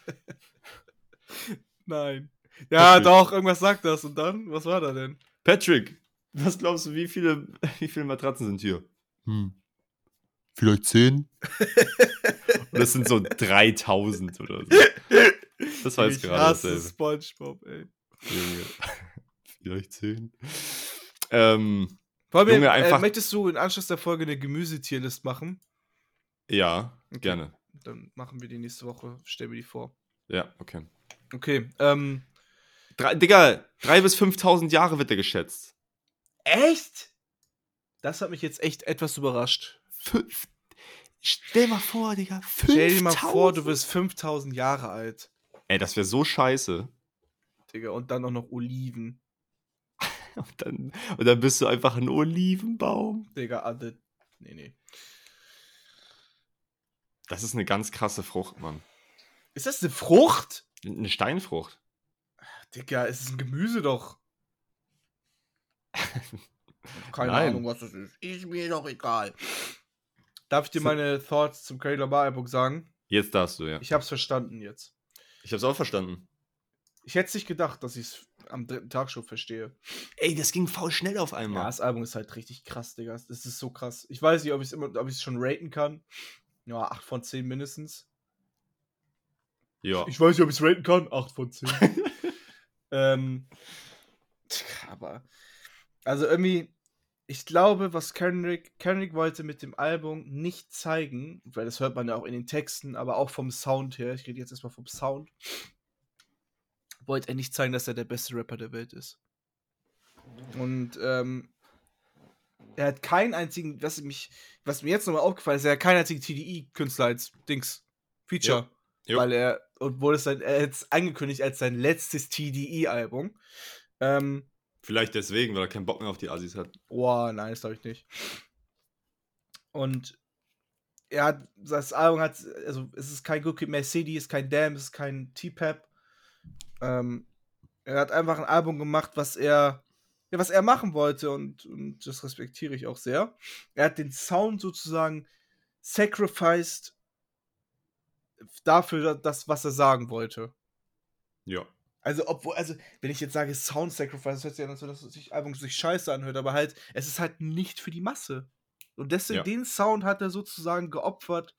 Speaker 1: Nein. Ja,
Speaker 2: Patrick.
Speaker 1: doch, irgendwas sagt das. Und dann? Was war da denn?
Speaker 2: Patrick, was glaubst du, wie viele, wie viele Matratzen sind hier? Hm. Vielleicht zehn? Und das sind so dreitausend oder so. Das war jetzt
Speaker 1: Ich
Speaker 2: gerade
Speaker 1: hasse
Speaker 2: dasselbe.
Speaker 1: SpongeBob, ey.
Speaker 2: Junge. Vielleicht zehn. Ähm,
Speaker 1: Wollen wir,
Speaker 2: Junge,
Speaker 1: äh,
Speaker 2: einfach-
Speaker 1: möchtest du in Anschluss der Folge eine Gemüsetierlist machen?
Speaker 2: ja,
Speaker 1: Okay.
Speaker 2: gerne.
Speaker 1: Dann machen wir die nächste Woche. Stellen wir die vor.
Speaker 2: Ja, okay.
Speaker 1: Okay, ähm.
Speaker 2: Drei, Digga, dreitausend bis fünftausend Jahre wird der geschätzt.
Speaker 1: Echt? Das hat mich jetzt echt etwas überrascht.
Speaker 2: Fünf. Stell mal vor, Digga.
Speaker 1: Stell dir mal vor, du wirst fünftausend Jahre alt.
Speaker 2: Ey, das wäre so scheiße.
Speaker 1: Digga, und dann auch noch Oliven.
Speaker 2: Und dann, und dann bist du einfach ein Olivenbaum.
Speaker 1: Digga, alle. Nee, nee.
Speaker 2: Das ist eine ganz krasse Frucht, Mann.
Speaker 1: Ist das eine Frucht?
Speaker 2: Eine Steinfrucht.
Speaker 1: Digga, es ist ein Gemüse doch. Keine
Speaker 2: Nein.
Speaker 1: Ahnung, was das ist. Ist mir doch egal. Darf ich dir meine Thoughts zum Kendrick Lamar Album sagen?
Speaker 2: Jetzt darfst du, ja.
Speaker 1: Ich hab's verstanden jetzt.
Speaker 2: Ich hab's auch verstanden.
Speaker 1: Ich hätte nicht gedacht, dass ich es am dritten Tag schon verstehe.
Speaker 2: Ey, das ging voll schnell auf
Speaker 1: Ja,
Speaker 2: einmal.
Speaker 1: das Album ist halt richtig krass, Digga. Das ist so krass. Ich weiß nicht, ob ich es immer, ob ich es schon raten kann. Ja, acht von zehn mindestens.
Speaker 2: Ja.
Speaker 1: Ich weiß nicht, ob ich es raten kann. acht von zehn. ähm, aber, also irgendwie, ich glaube, was Kendrick, Kendrick wollte mit dem Album nicht zeigen, weil das hört man ja auch in den Texten, aber auch vom Sound her, ich rede jetzt erstmal vom Sound, wollte er nicht zeigen, dass er der beste Rapper der Welt ist. Und, ähm, er hat keinen einzigen, was mich, was mir jetzt nochmal aufgefallen ist, er hat keinen einzigen T D I-Künstler als Dings, Feature.
Speaker 2: Jo.
Speaker 1: Weil er, und wurde es dann, er hat es angekündigt als sein letztes T D I-Album. Ähm,
Speaker 2: Vielleicht deswegen, weil er keinen Bock mehr auf die Assis hat.
Speaker 1: boah, nein, das glaube ich nicht. Und er hat, das Album hat, also es ist kein Good Kid, Mad City, es ist kein Damn, es ist kein T-Pap. Ähm, er hat einfach ein Album gemacht, was er, ja, was er machen wollte und, und das respektiere ich auch sehr. Er hat den Sound sozusagen sacrificed dafür, das, was er sagen wollte.
Speaker 2: Ja.
Speaker 1: Also, obwohl, also, wenn ich jetzt sage Sound Sacrifice, das hört sich an, als wenn das sich Album sich scheiße anhört, aber halt, es ist halt nicht für die Masse. Und deswegen,
Speaker 2: Ja.
Speaker 1: den Sound hat er sozusagen geopfert,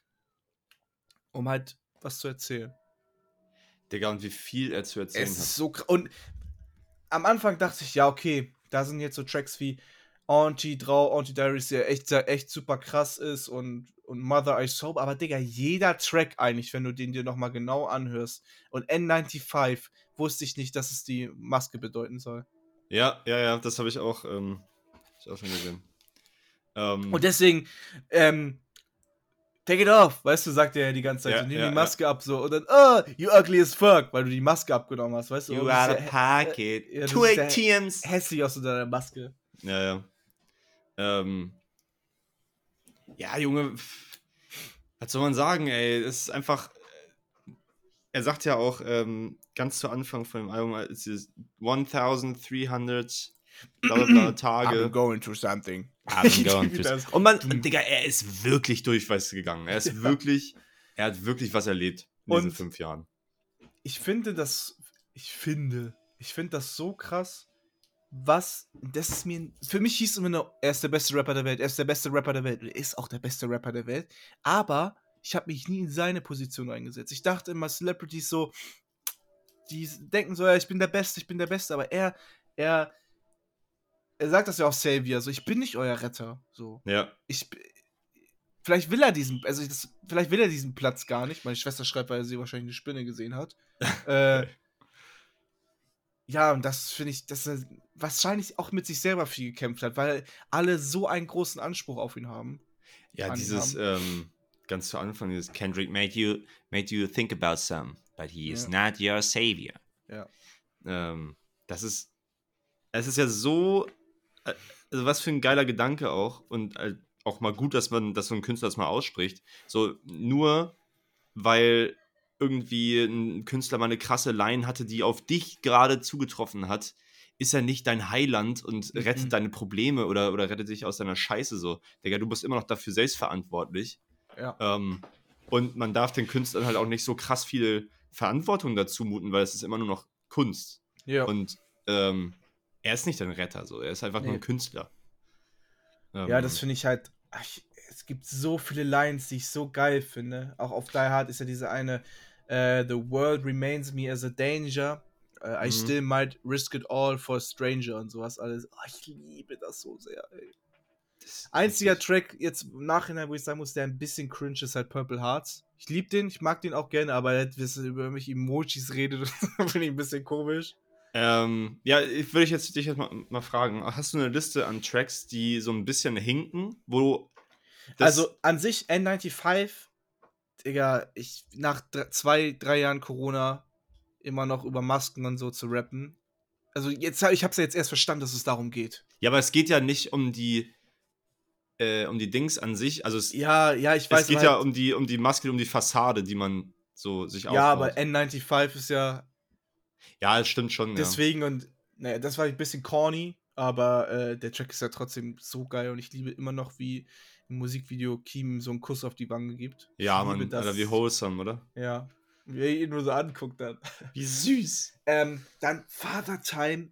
Speaker 1: um halt was zu erzählen.
Speaker 2: Digga, und wie viel er zu erzählen
Speaker 1: Es ist
Speaker 2: hat.
Speaker 1: so krass. Und am Anfang dachte ich, ja, okay, da sind jetzt so Tracks wie Auntie drauf, Auntie Diaries, der echt, der echt super krass ist und, und Mother I Soap, aber Digga, jeder Track eigentlich, wenn du den dir nochmal genau anhörst. Und N fünfundneunzig wusste ich nicht, dass es die Maske bedeuten soll.
Speaker 2: Ja, ja, ja, das habe ich auch, ähm, hab ich auch schon gesehen. Ähm,
Speaker 1: Und deswegen, ähm, take it off, weißt du, sagt er ja die ganze Zeit,
Speaker 2: Ja,
Speaker 1: so, nimm
Speaker 2: ja,
Speaker 1: die Maske ab, so, und dann, oh, you ugly as fuck, weil du die Maske abgenommen hast, weißt du, und
Speaker 2: you
Speaker 1: du siehst
Speaker 2: out
Speaker 1: ja,
Speaker 2: of
Speaker 1: hä-
Speaker 2: pocket.
Speaker 1: äh, ja, du
Speaker 2: Two
Speaker 1: siehst ja hä-
Speaker 2: A T Ms.
Speaker 1: hässlich aus unter deiner Maske.
Speaker 2: Ja, ja. Ähm, ja, Junge, pff, was soll man sagen, ey? Das ist einfach. Er sagt ja auch ähm, ganz zu Anfang von dem Album, es ist dreihundert, bla bla bla
Speaker 1: I've been
Speaker 2: Tage.
Speaker 1: going through something.
Speaker 2: I've been going
Speaker 1: Wie
Speaker 2: through.
Speaker 1: das-
Speaker 2: Und man, Digga, er ist wirklich durch was gegangen. Er ist
Speaker 1: Ja.
Speaker 2: wirklich, er hat wirklich was erlebt in diesen
Speaker 1: Und-
Speaker 2: fünf Jahren.
Speaker 1: Ich finde das, ich finde, ich finde das so krass, was, das ist mir, für mich hieß es immer nur, er ist der beste Rapper der Welt, er ist der beste Rapper der Welt, er ist auch der beste Rapper der Welt, aber ich habe mich nie in seine Position eingesetzt. Ich dachte immer, Celebrities so, die denken so, ja, ich bin der Beste, ich bin der Beste, aber er, er, er sagt das ja auch Savior, so, ich bin nicht euer Retter, so.
Speaker 2: Ja.
Speaker 1: Ich, vielleicht will er diesen, also das, vielleicht will er diesen Platz gar nicht. Meine Schwester schreibt, weil sie wahrscheinlich eine Spinne gesehen hat. äh, ja, und das finde ich, dass er wahrscheinlich auch mit sich selber viel gekämpft hat, weil alle so einen großen Anspruch auf ihn haben.
Speaker 2: Ja,
Speaker 1: An ihn
Speaker 2: dieses, ähm, ganz zu Anfang, dieses Kendrick made you, made you think about some, but he is
Speaker 1: Ja.
Speaker 2: not your savior.
Speaker 1: Ja.
Speaker 2: Ähm, das ist, es ist ja so, äh, also was für ein geiler Gedanke auch und äh, auch mal gut, dass man, dass so ein Künstler das mal ausspricht. So, nur weil irgendwie ein Künstler mal eine krasse Line hatte, die auf dich gerade zugetroffen hat, ist er nicht dein Heiland und
Speaker 1: Mhm.
Speaker 2: rettet deine Probleme oder, oder rettet dich aus deiner Scheiße so. Digga, du bist immer noch dafür selbstverantwortlich.
Speaker 1: Ja.
Speaker 2: Ähm, und man darf den Künstlern halt auch nicht so krass viel Verantwortung dazu muten, weil es ist immer nur noch Kunst.
Speaker 1: Ja.
Speaker 2: Und ähm, er ist nicht ein Retter, so. Er ist einfach nur
Speaker 1: Nee.
Speaker 2: ein Künstler. Ähm,
Speaker 1: Ja, das finde ich halt. Ach, ich, es gibt so viele Lines, die ich so geil finde. Auch auf Die Hard ist ja diese eine: äh, The world remains me as a danger. Uh, I
Speaker 2: Mhm.
Speaker 1: still might risk it all for a stranger und sowas alles. Oh, ich liebe das so sehr, ey.
Speaker 2: das-
Speaker 1: Einziger
Speaker 2: das-
Speaker 1: Track jetzt im Nachhinein, wo ich sagen muss, der ein bisschen cringe ist, halt Purple Hearts. Ich liebe den, ich mag den auch gerne, aber dass er über mich Emojis redet, finde ich ein bisschen komisch.
Speaker 2: Ähm, ja, ich würde ich jetzt dich jetzt mal, mal fragen, hast du eine Liste an Tracks, die so ein bisschen hinken, wo das,
Speaker 1: Also an sich N fünfundneunzig, Digga, ich nach dr- zwei, drei Jahren Corona immer noch über Masken und so zu rappen. Also jetzt, ich hab's ja jetzt erst verstanden, dass es darum geht.
Speaker 2: ja, aber es geht ja nicht um die äh, um die Dings an sich, also es,
Speaker 1: Ja, ja, ich weiß
Speaker 2: es geht
Speaker 1: aber
Speaker 2: ja
Speaker 1: halt,
Speaker 2: um die um die Maske, um die Fassade, die man so sich
Speaker 1: ja,
Speaker 2: aufbaut.
Speaker 1: aber N fünfundneunzig ist ja
Speaker 2: Ja, es stimmt schon, ja.
Speaker 1: deswegen und naja, das war ein bisschen corny, aber äh, der Track ist ja trotzdem so geil und ich liebe immer noch, wie im Musikvideo Kim so einen Kuss auf die Wange gibt. Ich
Speaker 2: Ja,
Speaker 1: liebe
Speaker 2: Mann, Alter, wie wholesome, oder?
Speaker 1: Ja. Wie er ihn nur so anguckt dann.
Speaker 2: Wie süß.
Speaker 1: Ähm, dann Father Time.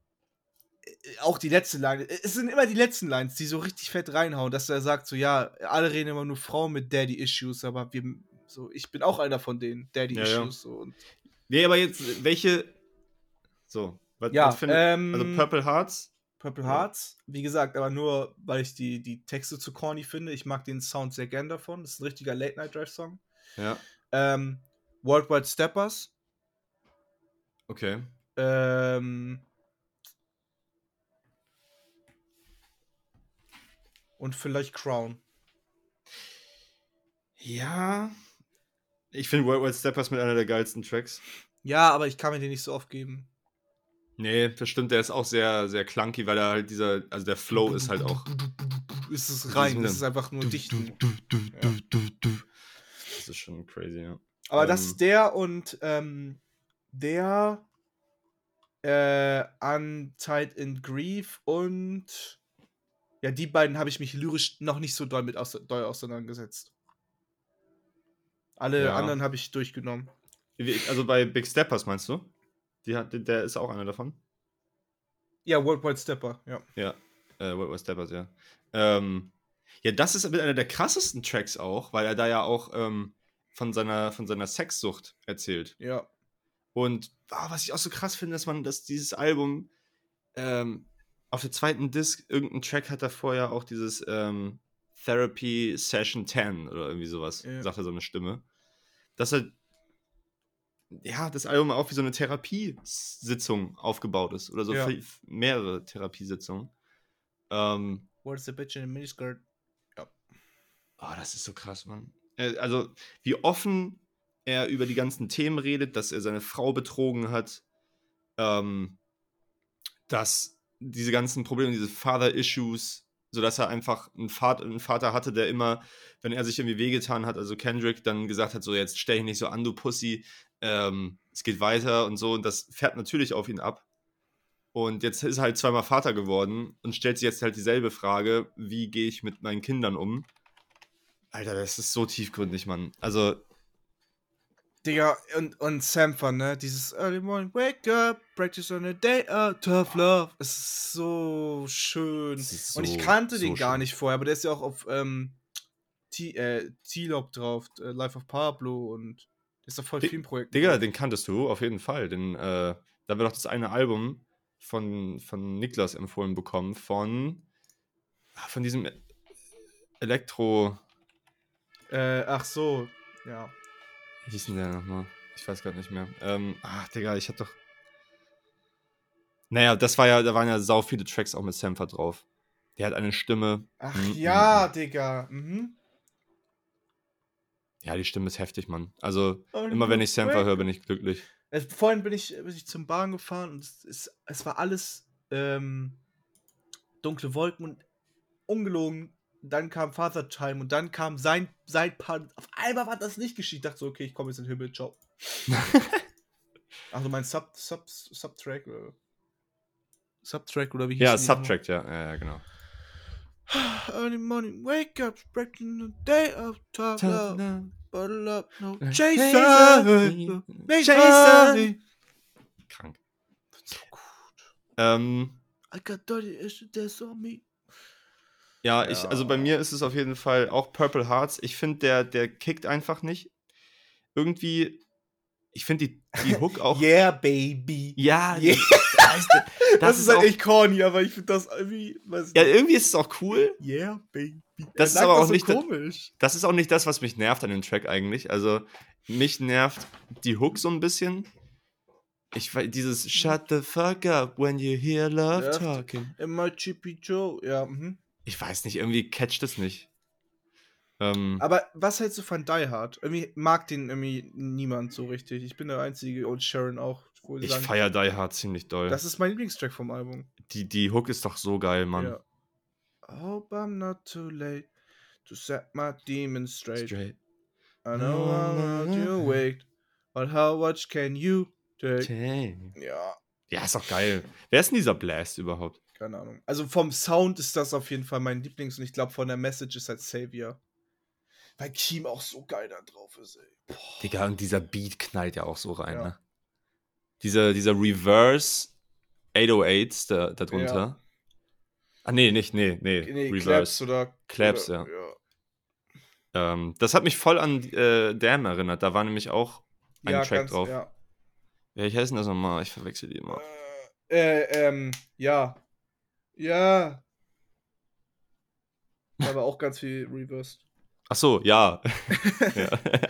Speaker 1: Äh, Auch die letzte Line. Es sind immer die letzten Lines, die so richtig fett reinhauen, dass er sagt so, ja, alle reden immer nur Frauen mit Daddy-Issues, aber wir, so, ich bin auch einer von denen, Daddy-Issues. So, und
Speaker 2: Nee, aber jetzt, welche, so, was,
Speaker 1: Ja,
Speaker 2: was findet,
Speaker 1: ähm,
Speaker 2: also Purple Hearts?
Speaker 1: Purple
Speaker 2: Ja.
Speaker 1: Hearts, wie gesagt, aber nur, weil ich die, die Texte zu corny finde. Ich mag den Sound sehr gern davon. Das ist ein richtiger Late-Night-Drive-Song.
Speaker 2: Ja,
Speaker 1: Ähm, Worldwide Steppers.
Speaker 2: okay.
Speaker 1: Ähm, und vielleicht Crown.
Speaker 2: Ja, ich finde Worldwide Steppers mit einer der geilsten Tracks.
Speaker 1: Ja, aber ich kann mir den nicht so oft geben.
Speaker 2: Nee, das stimmt, der ist auch sehr, sehr clunky, weil er halt dieser, also der Flow ist halt auch.
Speaker 1: Ist es rein, das ist einfach nur dichten.
Speaker 2: Das ist schon crazy, ja.
Speaker 1: Aber
Speaker 2: Ähm,
Speaker 1: das ist der und ähm, der äh, Untied in Grief und ja, die beiden habe ich mich lyrisch noch nicht so doll mit aus doll auseinandergesetzt. Alle
Speaker 2: Ja.
Speaker 1: anderen habe ich durchgenommen.
Speaker 2: wie- Also bei Big Steppers meinst du? Die hat, der ist auch einer davon?
Speaker 1: Ja, Worldwide Stepper, ja.
Speaker 2: Ja, äh, Worldwide Steppers, ja. Ähm, ja, das ist mit einer der krassesten Tracks auch, weil er da ja auch ähm, von seiner, von seiner Sexsucht erzählt.
Speaker 1: Ja.
Speaker 2: Und ah, was ich auch so krass finde, dass man, dass dieses Album ähm, auf der zweiten Disc, irgendein Track hat davor ja auch dieses ähm, Therapy Session zehn oder irgendwie sowas,
Speaker 1: Ja.
Speaker 2: sagt er so eine Stimme. Dass er, ja, das Album auch wie so eine Therapiesitzung aufgebaut ist. Oder so
Speaker 1: Ja.
Speaker 2: viel- mehrere Therapiesitzungen. Ähm,
Speaker 1: What's the bitch in the miniskirt? Ja.
Speaker 2: oh, das ist so krass, Mann. Äh, also, wie offen er über die ganzen Themen redet, dass er seine Frau betrogen hat, ähm, dass diese ganzen Probleme, diese Father-Issues, sodass er einfach einen Vater, einen Vater hatte, der immer, wenn er sich irgendwie wehgetan hat, also Kendrick, dann gesagt hat, so jetzt stell dich nicht so an, du Pussy, ähm, es geht weiter und so, und das fährt natürlich auf ihn ab. Und jetzt ist er halt zweimal Vater geworden und stellt sich jetzt halt dieselbe Frage, wie gehe ich mit meinen Kindern um? Alter, das ist so tiefgründig, Mann. Also,
Speaker 1: Digga, und, und Sampler, ne? Dieses Early Morning Wake Up, Practice on a Day, uh, Tough Love. Es ist so schön.
Speaker 2: das ist
Speaker 1: Und ich
Speaker 2: so-
Speaker 1: kannte
Speaker 2: so
Speaker 1: den gar
Speaker 2: schön.
Speaker 1: nicht vorher, aber der ist ja auch auf ähm, T- äh, T-Lop drauf, äh, Life of Pablo und der ist doch voll
Speaker 2: Di-
Speaker 1: vielen Projekten.
Speaker 2: Digga,
Speaker 1: drauf.
Speaker 2: den kanntest du auf jeden Fall. Den, äh, da wir doch das eine Album von, von Niklas empfohlen bekommen, von, ah, von diesem Elektro,
Speaker 1: Äh, ach so, ja.
Speaker 2: wie hieß denn der nochmal? Ich weiß gerade nicht mehr. Ähm, ach, Digga, ich hab doch. Naja, das war ja, da waren ja sau viele Tracks auch mit Sampler drauf. Der hat eine Stimme.
Speaker 1: Ach
Speaker 2: Mm,
Speaker 1: ja,
Speaker 2: mm, mm.
Speaker 1: Digga. Mhm.
Speaker 2: Ja, die Stimme ist heftig, Mann. Also,
Speaker 1: Oh,
Speaker 2: immer wenn
Speaker 1: no,
Speaker 2: ich Sampler
Speaker 1: wake
Speaker 2: höre,
Speaker 1: up.
Speaker 2: bin ich glücklich.
Speaker 1: Äh, Vorhin bin ich, bin ich zum Bahn gefahren und es, ist, es war alles ähm, dunkle Wolken und ungelogen. Dann kam Father Time und dann kam sein, sein Part. Auf einmal war das nicht geschieht. Ich dachte so, okay, ich komme jetzt in den Himmel, ciao. Also mein Sub, Sub, Subtrack oder Subtrack oder wie hieß
Speaker 2: Ja,
Speaker 1: die nochmal?
Speaker 2: Subtract, ja, ja, ja, genau.
Speaker 1: Early morning wake up, breaking the day of tough
Speaker 2: Tough
Speaker 1: love.
Speaker 2: love.
Speaker 1: Bottle up, no
Speaker 2: Chaser,
Speaker 1: chaser.
Speaker 2: Chaser.
Speaker 1: Chaser.
Speaker 2: Krank.
Speaker 1: So gut.
Speaker 2: Ähm,
Speaker 1: I got dirty issues that's on me.
Speaker 2: ja, ich, also bei
Speaker 1: Ja.
Speaker 2: mir ist es auf jeden Fall auch Purple Hearts. Ich finde, der, der kickt einfach nicht. Irgendwie, ich finde die, die Hook auch.
Speaker 1: Yeah, baby.
Speaker 2: Ja,
Speaker 1: Yeah.
Speaker 2: das, das,
Speaker 1: Das, ist halt
Speaker 2: auch,
Speaker 1: echt corny, aber ich finde das irgendwie. Weiß ich
Speaker 2: ja,
Speaker 1: nicht.
Speaker 2: irgendwie ist es auch cool.
Speaker 1: Yeah, baby.
Speaker 2: Das ist
Speaker 1: sagt
Speaker 2: aber auch
Speaker 1: so
Speaker 2: nicht das-
Speaker 1: komisch.
Speaker 2: Das ist auch nicht das, was mich nervt an dem Track eigentlich. Also, mich nervt die Hook so ein bisschen. Ich weiß, dieses Shut the fuck up when you hear love
Speaker 1: Love
Speaker 2: talking.
Speaker 1: In my Chippy Joe. Ja, mhm.
Speaker 2: Ich weiß nicht, irgendwie catcht es nicht. Ähm,
Speaker 1: Aber was hältst du von Die Hard? Irgendwie mag den irgendwie niemand so richtig. Ich bin der Einzige und Sharon auch. Wo sie
Speaker 2: ich
Speaker 1: sagen,
Speaker 2: feier Die Hard ziemlich doll.
Speaker 1: das ist mein Lieblingstrack vom Album.
Speaker 2: Die, die Hook ist doch so geil, Mann.
Speaker 1: Ja. Hope I'm not too late to set my demons straight.
Speaker 2: Straight.
Speaker 1: I know I'm not you awake, but how much can you take?
Speaker 2: Dang.
Speaker 1: Ja,
Speaker 2: Ja, ist doch geil. Wer ist denn dieser Blast überhaupt?
Speaker 1: keine Ahnung. Also vom Sound ist das auf jeden Fall mein Lieblings und ich glaube von der Message ist halt Savior. Weil Keem auch so geil da drauf ist, ey. Boah.
Speaker 2: Digga, und dieser Beat knallt ja auch so rein,
Speaker 1: Ja.
Speaker 2: ne? Dieser, dieser Reverse achthundertacht da, da drunter.
Speaker 1: Ja.
Speaker 2: Ah, nee, nicht, nee, nee.
Speaker 1: Nee,
Speaker 2: Reverse.
Speaker 1: Claps oder.
Speaker 2: Claps,
Speaker 1: oder,
Speaker 2: ja. Ähm, das hat mich voll an äh, Damn erinnert. Da war nämlich auch ein
Speaker 1: Ja,
Speaker 2: Track
Speaker 1: ganz,
Speaker 2: drauf.
Speaker 1: ja.
Speaker 2: Wie heißt denn das nochmal? Ich verwechsel die immer.
Speaker 1: Äh, äh, ähm, ja. Ja. Aber auch ganz viel Reversed.
Speaker 2: Ach so, ja. ja.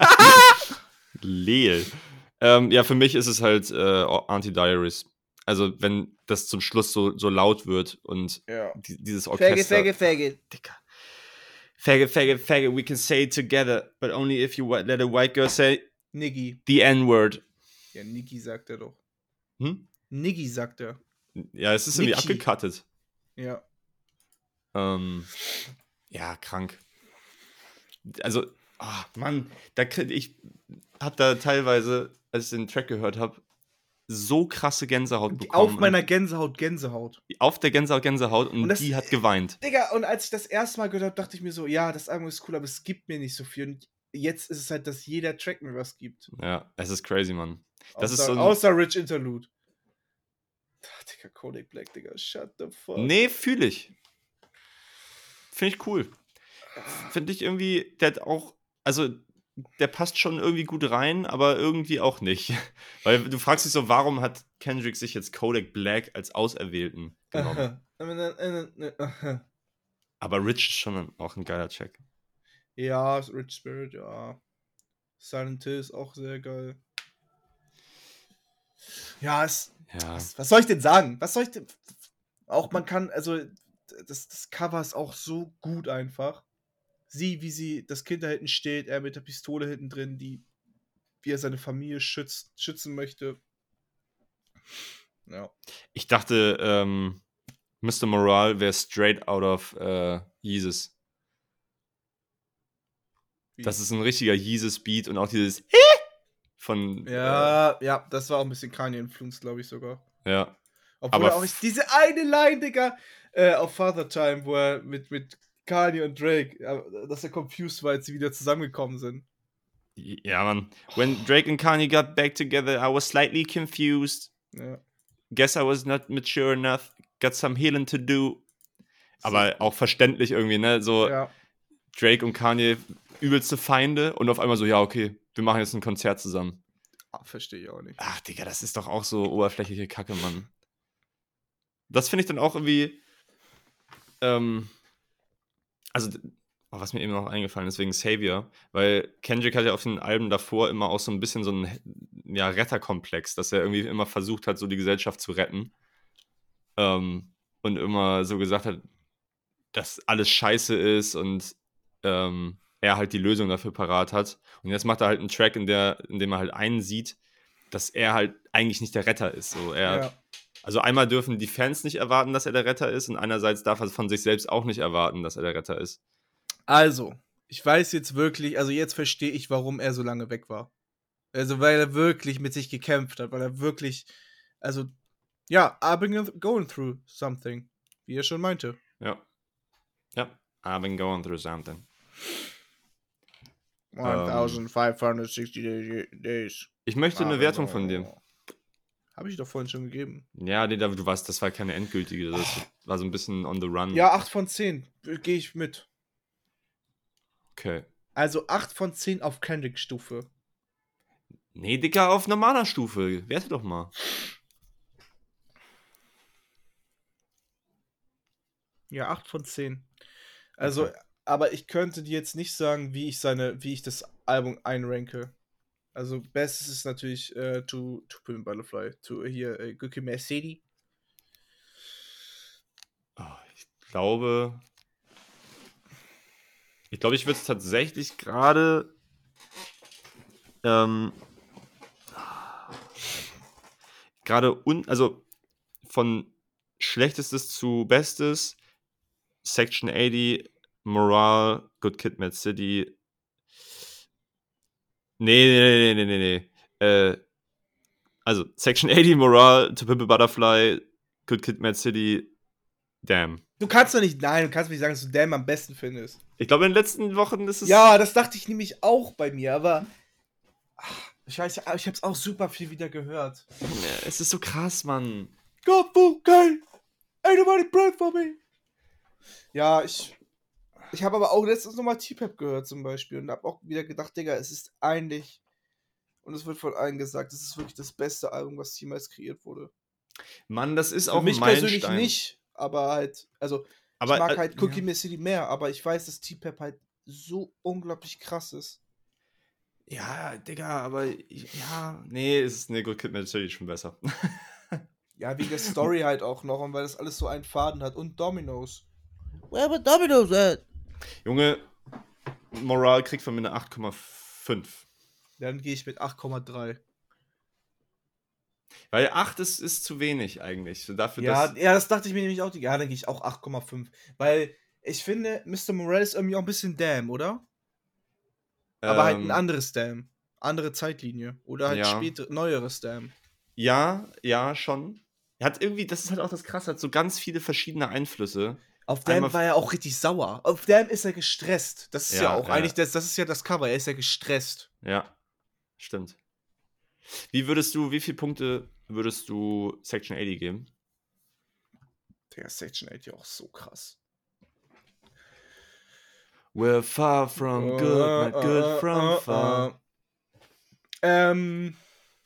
Speaker 2: Leel. Ähm, ja, für mich ist es halt äh, Anti-Diaries. Also, wenn das zum Schluss so, so laut wird und
Speaker 1: Ja.
Speaker 2: die, dieses
Speaker 1: Faggot,
Speaker 2: Orchester.
Speaker 1: faggot, faggot.
Speaker 2: Dicker. Faggot, faggot, faggot, we can say it together, but only if you whi- let a white girl say
Speaker 1: Niggi.
Speaker 2: the N-word.
Speaker 1: Ja, Niggi sagt er doch.
Speaker 2: Hm?
Speaker 1: Niggi sagt er.
Speaker 2: Ja, es ist irgendwie
Speaker 1: Nicki.
Speaker 2: abgecuttet.
Speaker 1: Ja.
Speaker 2: Ähm, ja, krank. Also, ah, Mann, da krieg, ich hab da teilweise, als ich den Track gehört habe, so krasse Gänsehaut bekommen.
Speaker 1: Auf meiner Gänsehaut, Gänsehaut.
Speaker 2: Und auf der Gänsehaut, Gänsehaut und,
Speaker 1: Und das-
Speaker 2: die hat geweint.
Speaker 1: Digga, und als ich das erste Mal gehört habe, dachte ich mir so, ja, das Album ist cool, aber es gibt mir nicht so viel. Und jetzt ist es halt, dass jeder Track mir was gibt.
Speaker 2: Ja, es ist crazy, Mann. Das
Speaker 1: außer,
Speaker 2: ist so ein-
Speaker 1: außer Rich Interlude. Ach, Digga, Kodak Black, Digga, shut the fuck.
Speaker 2: Nee, fühle ich. Finde ich cool. Finde ich irgendwie, der hat auch, also der passt schon irgendwie gut rein, aber irgendwie auch nicht. Weil du fragst dich so, warum hat Kendrick sich jetzt Kodak Black als Auserwählten genommen? Aber Rich ist schon auch ein geiler Track.
Speaker 1: Ja, Rich Spirit, ja. Silent Hill ist auch sehr geil. Ja, es,
Speaker 2: Ja.
Speaker 1: was, was soll ich denn sagen? Was soll ich denn... Auch man kann, also, das, das Cover ist auch so gut einfach. Sie, wie sie, das Kind da hinten steht, er mit der Pistole hinten drin, die, wie er seine Familie schützt, schützen möchte. Ja.
Speaker 2: Ich dachte, ähm, Mister Morale wäre straight out of äh, Jesus.
Speaker 1: Wie?
Speaker 2: Das ist ein richtiger Jesus-Beat und auch dieses von.
Speaker 1: Ja, äh, ja, das war auch ein bisschen Kanye-Influence, glaube ich sogar.
Speaker 2: Äh, ja.
Speaker 1: Obwohl
Speaker 2: Aber
Speaker 1: er auch ist, diese eine Line, Digga, äh, auf Father Time, wo er mit, mit Kanye und Drake, äh, dass er confused war, als sie wieder zusammengekommen sind.
Speaker 2: Ja, man. When Drake and Kanye got back together, I was slightly confused.
Speaker 1: Ja.
Speaker 2: Guess I was not mature enough. Got some healing to do. Aber
Speaker 1: So,
Speaker 2: auch verständlich irgendwie, ne? So
Speaker 1: ja.
Speaker 2: Drake und Kanye übelste Feinde und auf einmal so, ja, okay, wir machen jetzt ein Konzert zusammen.
Speaker 1: Ah, verstehe ich auch nicht.
Speaker 2: Ach, Digga, das ist doch auch so oberflächliche Kacke, Mann. Das finde ich dann auch irgendwie, ähm, also, oh, was mir eben noch eingefallen ist, wegen Savior, weil Kendrick hat ja auf den Alben davor immer auch so ein bisschen so einen, ja, Retterkomplex, dass er irgendwie immer versucht hat, so die Gesellschaft zu retten. Ähm, und immer so gesagt hat, dass alles scheiße ist und ähm, er halt die Lösung dafür parat hat. Und jetzt macht er halt einen Track, in, der, in dem er halt einen sieht, dass er halt eigentlich nicht der Retter ist. So, er,
Speaker 1: Ja.
Speaker 2: Also einmal dürfen die Fans nicht erwarten, dass er der Retter ist und einerseits darf er von sich selbst auch nicht erwarten, dass er der Retter ist.
Speaker 1: Also, ich weiß jetzt wirklich, also jetzt verstehe ich, warum er so lange weg war. Also, weil er wirklich mit sich gekämpft hat, weil er wirklich, also, ja, I've been going through something, wie er schon meinte.
Speaker 2: Ja. Ja, I've been going through something.
Speaker 1: fünftausendfünfhundertsechzig days.
Speaker 2: Ich möchte eine Wertung von dir.
Speaker 1: Habe ich doch vorhin schon gegeben.
Speaker 2: Ja, nee, du weißt, das war keine endgültige, das war so ein bisschen on the run.
Speaker 1: Ja, acht von zehn. Gehe ich mit.
Speaker 2: Okay.
Speaker 1: Also acht von zehn auf Kendrick-Stufe.
Speaker 2: Nee, Dicker, auf normaler Stufe. Werte doch mal.
Speaker 1: Ja, acht von zehn. Also,
Speaker 2: Okay.
Speaker 1: aber ich könnte dir jetzt nicht sagen, wie ich seine, wie ich das Album einranke. Also, bestes ist natürlich äh, To, to Pimp a Butterfly. To, hier, äh, Good Kid, Mad City.
Speaker 2: Oh, ich glaube. Ich glaube, ich würde es tatsächlich gerade. Ähm, gerade un. Also von schlechtestes zu bestes. Section achtzig, Morale, Good Kid, Mad City. Nee, nee, nee, nee, nee, nee. Äh, also, Section achtzig, Morale, To Pimp a Butterfly, Good Kid, Mad City, Damn.
Speaker 1: Du kannst doch nicht, nein, du kannst nicht sagen, dass du Damn am besten findest.
Speaker 2: Ich glaube, in den letzten Wochen ist es.
Speaker 1: Ja, das dachte ich nämlich auch bei mir, aber ach, ich weiß, ich hab's auch super viel wieder gehört.
Speaker 2: Es ist so krass, Mann.
Speaker 1: God, okay. Ain't nobody pray for me. Ja, ich. Ich habe aber auch letztens nochmal T-Pep gehört zum Beispiel und habe auch wieder gedacht, Digga, es ist eigentlich, und es wird von allen gesagt, es ist wirklich das beste Album, was jemals kreiert wurde.
Speaker 2: Mann, das ist
Speaker 1: Für
Speaker 2: auch
Speaker 1: mich
Speaker 2: ein Meilenstein.
Speaker 1: persönlich nicht, aber halt, also
Speaker 2: aber,
Speaker 1: ich mag
Speaker 2: äh,
Speaker 1: halt Cookie
Speaker 2: ja.
Speaker 1: Mad City mehr, aber ich weiß, dass T-Pep halt so unglaublich krass ist.
Speaker 2: Ja, Digga, aber ja, nee, es ist ne Good Kid, Mad City schon besser.
Speaker 1: Ja, wegen der Story halt auch noch und weil das alles so einen Faden hat und Dominoes. Where were Dominoes at?
Speaker 2: Junge, Moral kriegt von mir eine acht Komma fünf.
Speaker 1: Dann gehe ich mit acht Komma drei.
Speaker 2: Weil acht ist, ist zu wenig eigentlich. So dafür,
Speaker 1: Ja,
Speaker 2: dass,
Speaker 1: ja, das dachte ich mir nämlich auch. Ja, dann gehe ich auch acht Komma fünf. Weil ich finde, Mister Morales ist irgendwie auch ein bisschen Damn, oder? Aber halt ein
Speaker 2: ähm,
Speaker 1: anderes Damn. Andere Zeitlinie. Oder halt
Speaker 2: ja.
Speaker 1: später, neueres Damn.
Speaker 2: Ja, ja, schon. Er hat irgendwie, das ist halt auch das Krasse, hat so ganz viele verschiedene Einflüsse.
Speaker 1: Auf Damn
Speaker 2: Einmal-
Speaker 1: war er auch richtig sauer. Auf Damn ist er gestresst. Das ist ja,
Speaker 2: Ja,
Speaker 1: auch
Speaker 2: ja.
Speaker 1: eigentlich, das, das ist ja das Cover. Er ist ja gestresst.
Speaker 2: Ja, stimmt. Wie würdest du, wie viele Punkte würdest du Section achtzig geben?
Speaker 1: Der Section achtzig auch so krass.
Speaker 2: We're far from good, not good from far.
Speaker 1: Ähm.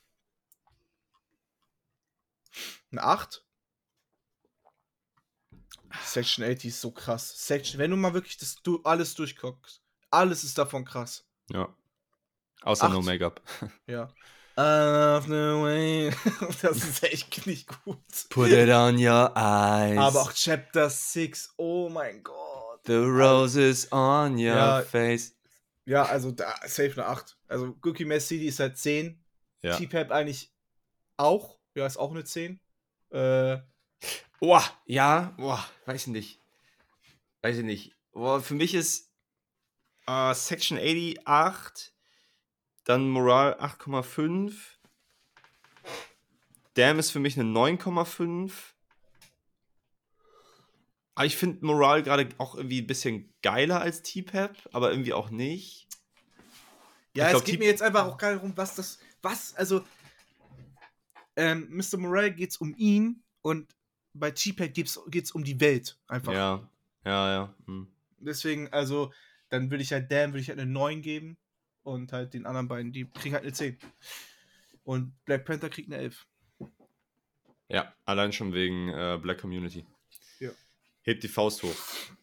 Speaker 1: Eine acht? Section achtzig ist so krass. Section, wenn du mal wirklich das du alles durchguckst, alles ist davon krass.
Speaker 2: Ja. Außer
Speaker 1: Acht.
Speaker 2: No Make-up.
Speaker 1: Ja. Off the way. Das ist echt nicht gut.
Speaker 2: Put it on your eyes.
Speaker 1: Aber auch Chapter sechs, oh mein Gott.
Speaker 2: The roses on your
Speaker 1: Ja.
Speaker 2: face.
Speaker 1: Ja, also da safe eine acht. Also Cookie Mess City ist halt zehn.
Speaker 2: Ja.
Speaker 1: T-Pap eigentlich auch. Ja, ist auch eine zehn. Äh,
Speaker 2: Boah, ja, boah, weiß ich nicht. Weiß ich nicht. Boah, für mich ist äh, Section achtzig acht, dann Moral acht Komma fünf. Damn ist für mich eine neun Komma fünf. Aber ich finde Moral gerade auch irgendwie ein bisschen geiler als T-Pap, aber irgendwie auch nicht.
Speaker 1: ja,
Speaker 2: Ich
Speaker 1: es
Speaker 2: glaub,
Speaker 1: geht
Speaker 2: T-
Speaker 1: mir jetzt einfach auch gar nicht darum, was das. Was, also. Ähm, Mister Morale geht's um ihn und bei T-Pap geht's, geht's um die Welt. Einfach.
Speaker 2: Ja, ja, ja. Hm.
Speaker 1: Deswegen, also, dann würde ich halt Damn, würde ich halt eine neun geben. Und halt den anderen beiden, die kriegen halt eine zehn. Und Black Panther kriegt eine elf.
Speaker 2: Ja, allein schon wegen äh, Black Community.
Speaker 1: Ja.
Speaker 2: Hebt die Faust hoch.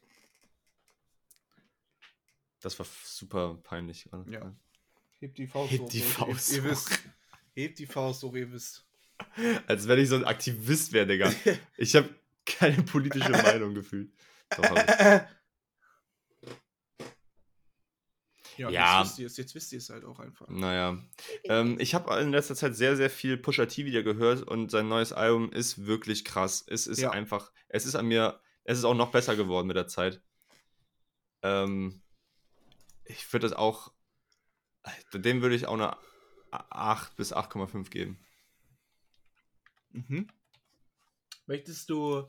Speaker 2: Das war f- super peinlich. gerade.
Speaker 1: Ja. Hebt die Faust
Speaker 2: Hebt
Speaker 1: hoch.
Speaker 2: die
Speaker 1: Leute.
Speaker 2: Faust
Speaker 1: ihr, ihr
Speaker 2: hoch.
Speaker 1: wisst. Hebt die Faust hoch, ihr wisst.
Speaker 2: Als wenn ich so ein Aktivist wäre, Digga. Ich habe keine politische Meinung gefühlt. Doch, hab ich.
Speaker 1: Ja,
Speaker 2: Ja.
Speaker 1: Jetzt wisst ihr es, jetzt wisst ihr es halt auch einfach.
Speaker 2: Naja. Ähm, ich habe in letzter Zeit sehr, sehr viel Pusha T wieder gehört und sein neues Album ist wirklich krass. Es ist
Speaker 1: Ja.
Speaker 2: einfach, es ist an mir, es ist auch noch besser geworden mit der Zeit. Ähm, ich würde das auch, dem würde ich auch eine acht bis acht Komma fünf geben.
Speaker 1: Mhm. Möchtest du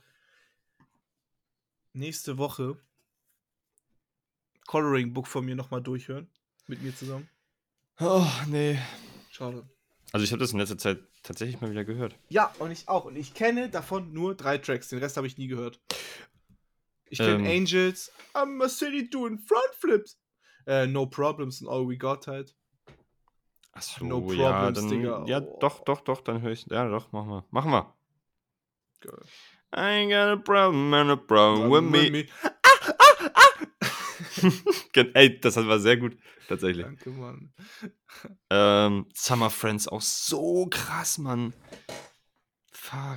Speaker 1: nächste Woche Coloring Book von mir nochmal durchhören? Mit mir zusammen?
Speaker 2: Oh, nee.
Speaker 1: Schade.
Speaker 2: Also ich habe das in letzter Zeit tatsächlich mal wieder gehört.
Speaker 1: Ja, und ich auch. Und ich kenne davon nur drei Tracks. Den Rest habe ich nie gehört. Ich kenne
Speaker 2: Ähm.
Speaker 1: Angels, I'm a city doing front flips. Äh, No Problems and All We Got halt.
Speaker 2: Achso,
Speaker 1: No
Speaker 2: ja,
Speaker 1: Problems,
Speaker 2: dann,
Speaker 1: Digga.
Speaker 2: ja,
Speaker 1: Oh.
Speaker 2: doch, doch, doch, dann höre ich, ja, doch, machen wir, machen wir.
Speaker 1: Geil.
Speaker 2: I ain't got a problem and a problem with me. Ey, das war sehr gut, tatsächlich.
Speaker 1: Danke, Mann.
Speaker 2: Ähm, Summer Friends auch so krass, Mann. Fuck.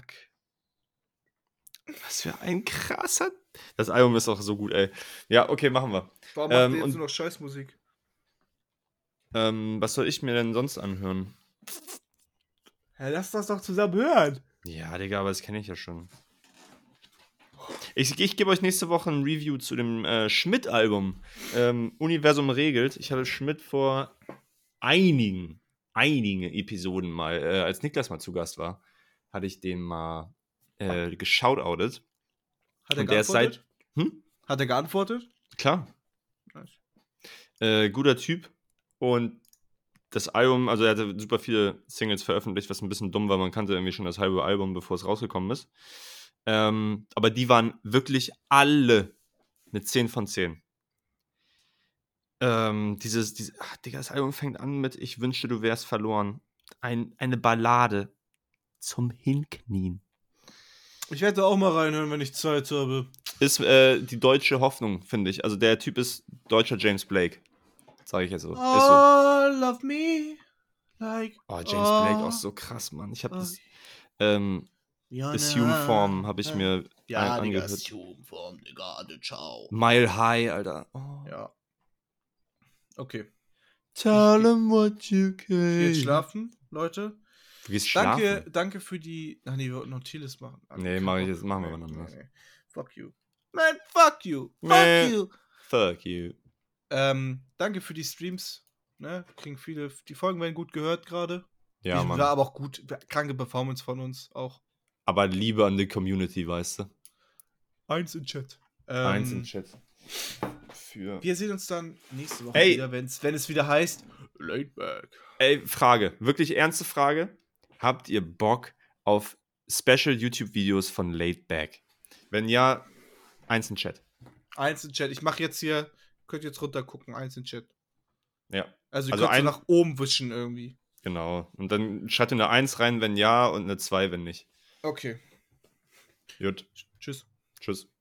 Speaker 2: Was für ein krasser... Das Album ist auch so gut, ey. Ja, okay, machen wir.
Speaker 1: Warum macht
Speaker 2: Ähm,
Speaker 1: ihr jetzt
Speaker 2: und-
Speaker 1: nur noch Scheißmusik?
Speaker 2: Ähm, was soll ich mir denn sonst anhören?
Speaker 1: Ja, lass das doch zusammen hören.
Speaker 2: Ja, Digga, aber das kenne ich ja schon. Ich, ich gebe euch nächste Woche ein Review zu dem äh, Schmidt-Album. Ähm, Universum regelt. Ich hatte Schmidt vor einigen, einigen Episoden mal, äh, als Niklas mal zu Gast war, hatte ich den mal äh, geshoutoutet.
Speaker 1: Hat er
Speaker 2: Und der ist
Speaker 1: geantwortet?
Speaker 2: seit. Hm?
Speaker 1: Hat er geantwortet?
Speaker 2: Klar.
Speaker 1: Nice.
Speaker 2: Äh, guter Typ. Und das Album, also er hatte super viele Singles veröffentlicht, was ein bisschen dumm war. Man kannte irgendwie schon das halbe Album, bevor es rausgekommen ist. Ähm, aber die waren wirklich alle eine zehn von zehn. Ähm, dieses, dieses, ach, Digga, das Album fängt an mit Ich wünschte, du wärst verloren. Ein, eine Ballade zum Hinknien.
Speaker 1: Ich werde da auch mal reinhören, wenn ich Zeit habe.
Speaker 2: Ist äh, die deutsche Hoffnung, finde ich. Also der Typ ist deutscher James Blake. Sage ich jetzt so. Ist so.
Speaker 1: Oh, love me like.
Speaker 2: Oh, James Blake auch so krass, Mann. Ich habe
Speaker 1: oh,
Speaker 2: das ähm,
Speaker 1: ja,
Speaker 2: Assume-Form habe ich mir
Speaker 1: Ja,
Speaker 2: ein-
Speaker 1: Digga,
Speaker 2: angehört.
Speaker 1: Assume-Form, Digga, ciao.
Speaker 2: Mile High, Alter. Oh.
Speaker 1: Ja. Okay.
Speaker 2: Tell
Speaker 1: Ich-
Speaker 2: him what you
Speaker 1: Ich geh jetzt
Speaker 2: can.
Speaker 1: schlafen, Leute.
Speaker 2: Du gehst schlafen?
Speaker 1: Danke, danke für die. Ach nee, wir wollten noch Tieles machen. Ach,
Speaker 2: Nee,
Speaker 1: kein
Speaker 2: mach ich
Speaker 1: Bock.
Speaker 2: jetzt- machen wir
Speaker 1: Nee,
Speaker 2: wann anders.
Speaker 1: nee, nee. Fuck you. Man, fuck you. Fuck
Speaker 2: Nee.
Speaker 1: you.
Speaker 2: Fuck you.
Speaker 1: Ähm, danke für die Streams. Ne? Kriegen viele. Die Folgen werden gut gehört gerade.
Speaker 2: Ja,
Speaker 1: Die
Speaker 2: Mann.
Speaker 1: war aber auch gut. Kranke Performance von uns auch.
Speaker 2: Aber Liebe an die Community, weißt du?
Speaker 1: Eins im Chat. Ähm,
Speaker 2: Eins im Chat. Für.
Speaker 1: Wir sehen uns dann nächste Woche
Speaker 2: Ey.
Speaker 1: wieder, wenn's, wenn es wieder heißt Late Back.
Speaker 2: Ey, Frage. Wirklich ernste Frage. Habt ihr Bock auf Special YouTube-Videos von Laid Back? Wenn ja, eins im Chat.
Speaker 1: Eins im Chat. Ich mache jetzt hier, könnt ihr jetzt runter gucken, eins im Chat.
Speaker 2: Ja,
Speaker 1: Also ihr
Speaker 2: Also
Speaker 1: könnt so
Speaker 2: ein-
Speaker 1: nach oben wischen irgendwie.
Speaker 2: genau. Und dann schreibt ihr eine eins rein, wenn ja, und eine zwei, wenn nicht.
Speaker 1: Okay.
Speaker 2: Gut.
Speaker 1: Tschüss.
Speaker 2: Tschüss.